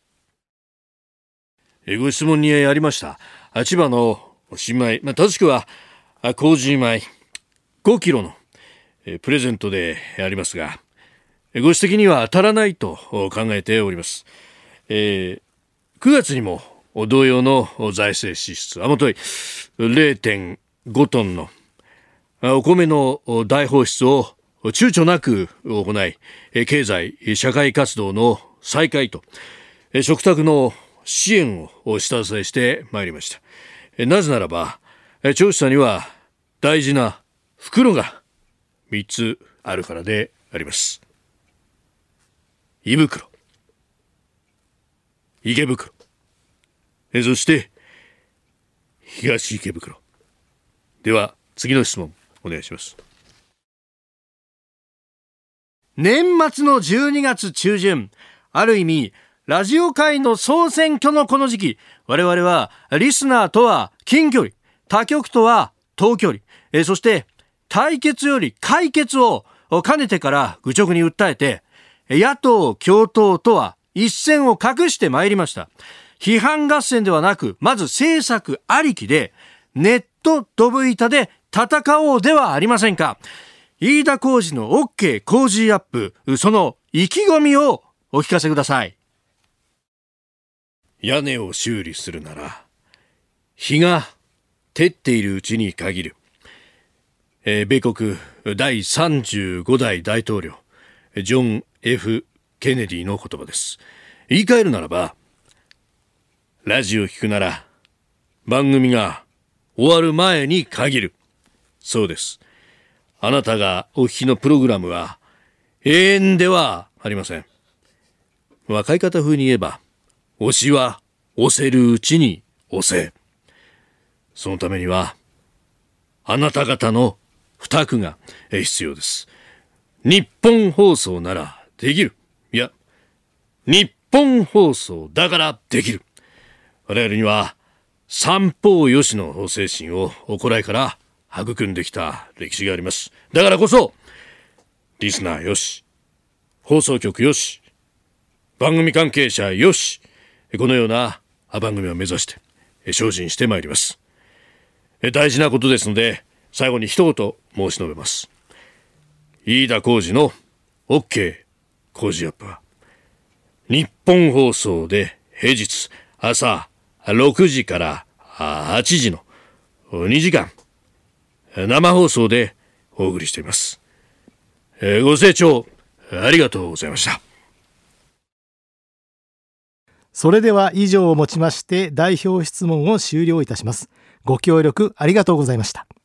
ご質問にありました千葉の新米、正しくは麹米5キロのプレゼントでありますが、ご指摘には当たらないと考えております。 9月にも同様の財政支出、もとい 0.5 トンのお米の大放出を躊躇なく行い、経済社会活動の再開と食卓の支援を下支えしてまいりました。なぜならば庁舎には大事な袋が3つあるからであります。胃袋、池袋、そして東池袋。では次の質問お願いします。年末の12月中旬、ある意味ラジオ界の総選挙のこの時期、我々はリスナーとは近距離、他局とは遠距離、そして対決より解決を兼ねてから愚直に訴えて、野党共闘とは一線を画してまいりました。批判合戦ではなく、まず政策ありきでネットドブ板で戦おうではありませんか。飯田浩司の OK 工事アップ、その意気込みをお聞かせください。屋根を修理するなら日が照っているうちに限る。米国第35代大統領ジョン・ F ・ケネディの言葉です。言い換えるならば、ラジオ聞くなら番組が終わる前に限る。そうです。あなたがお聞きのプログラムは永遠ではありません。若い方風に言えば、押しは押せるうちに押せ。そのためにはあなた方の負託が必要です。日本放送ならできる。いや、日本放送だからできる。我々には三方よしの精神を古来から育んできた歴史があります。だからこそリスナーよし、放送局よし、番組関係者よし、このような番組を目指して精進してまいります。大事なことですので、最後に一言申し述べます。飯田浩司の OK 工事アップは日本放送で平日朝6時から8時の2時間生放送でお送りしています。ご清聴ありがとうございました。 それでは以上をもちまして代表質問を終了いたします。ご協力ありがとうございました。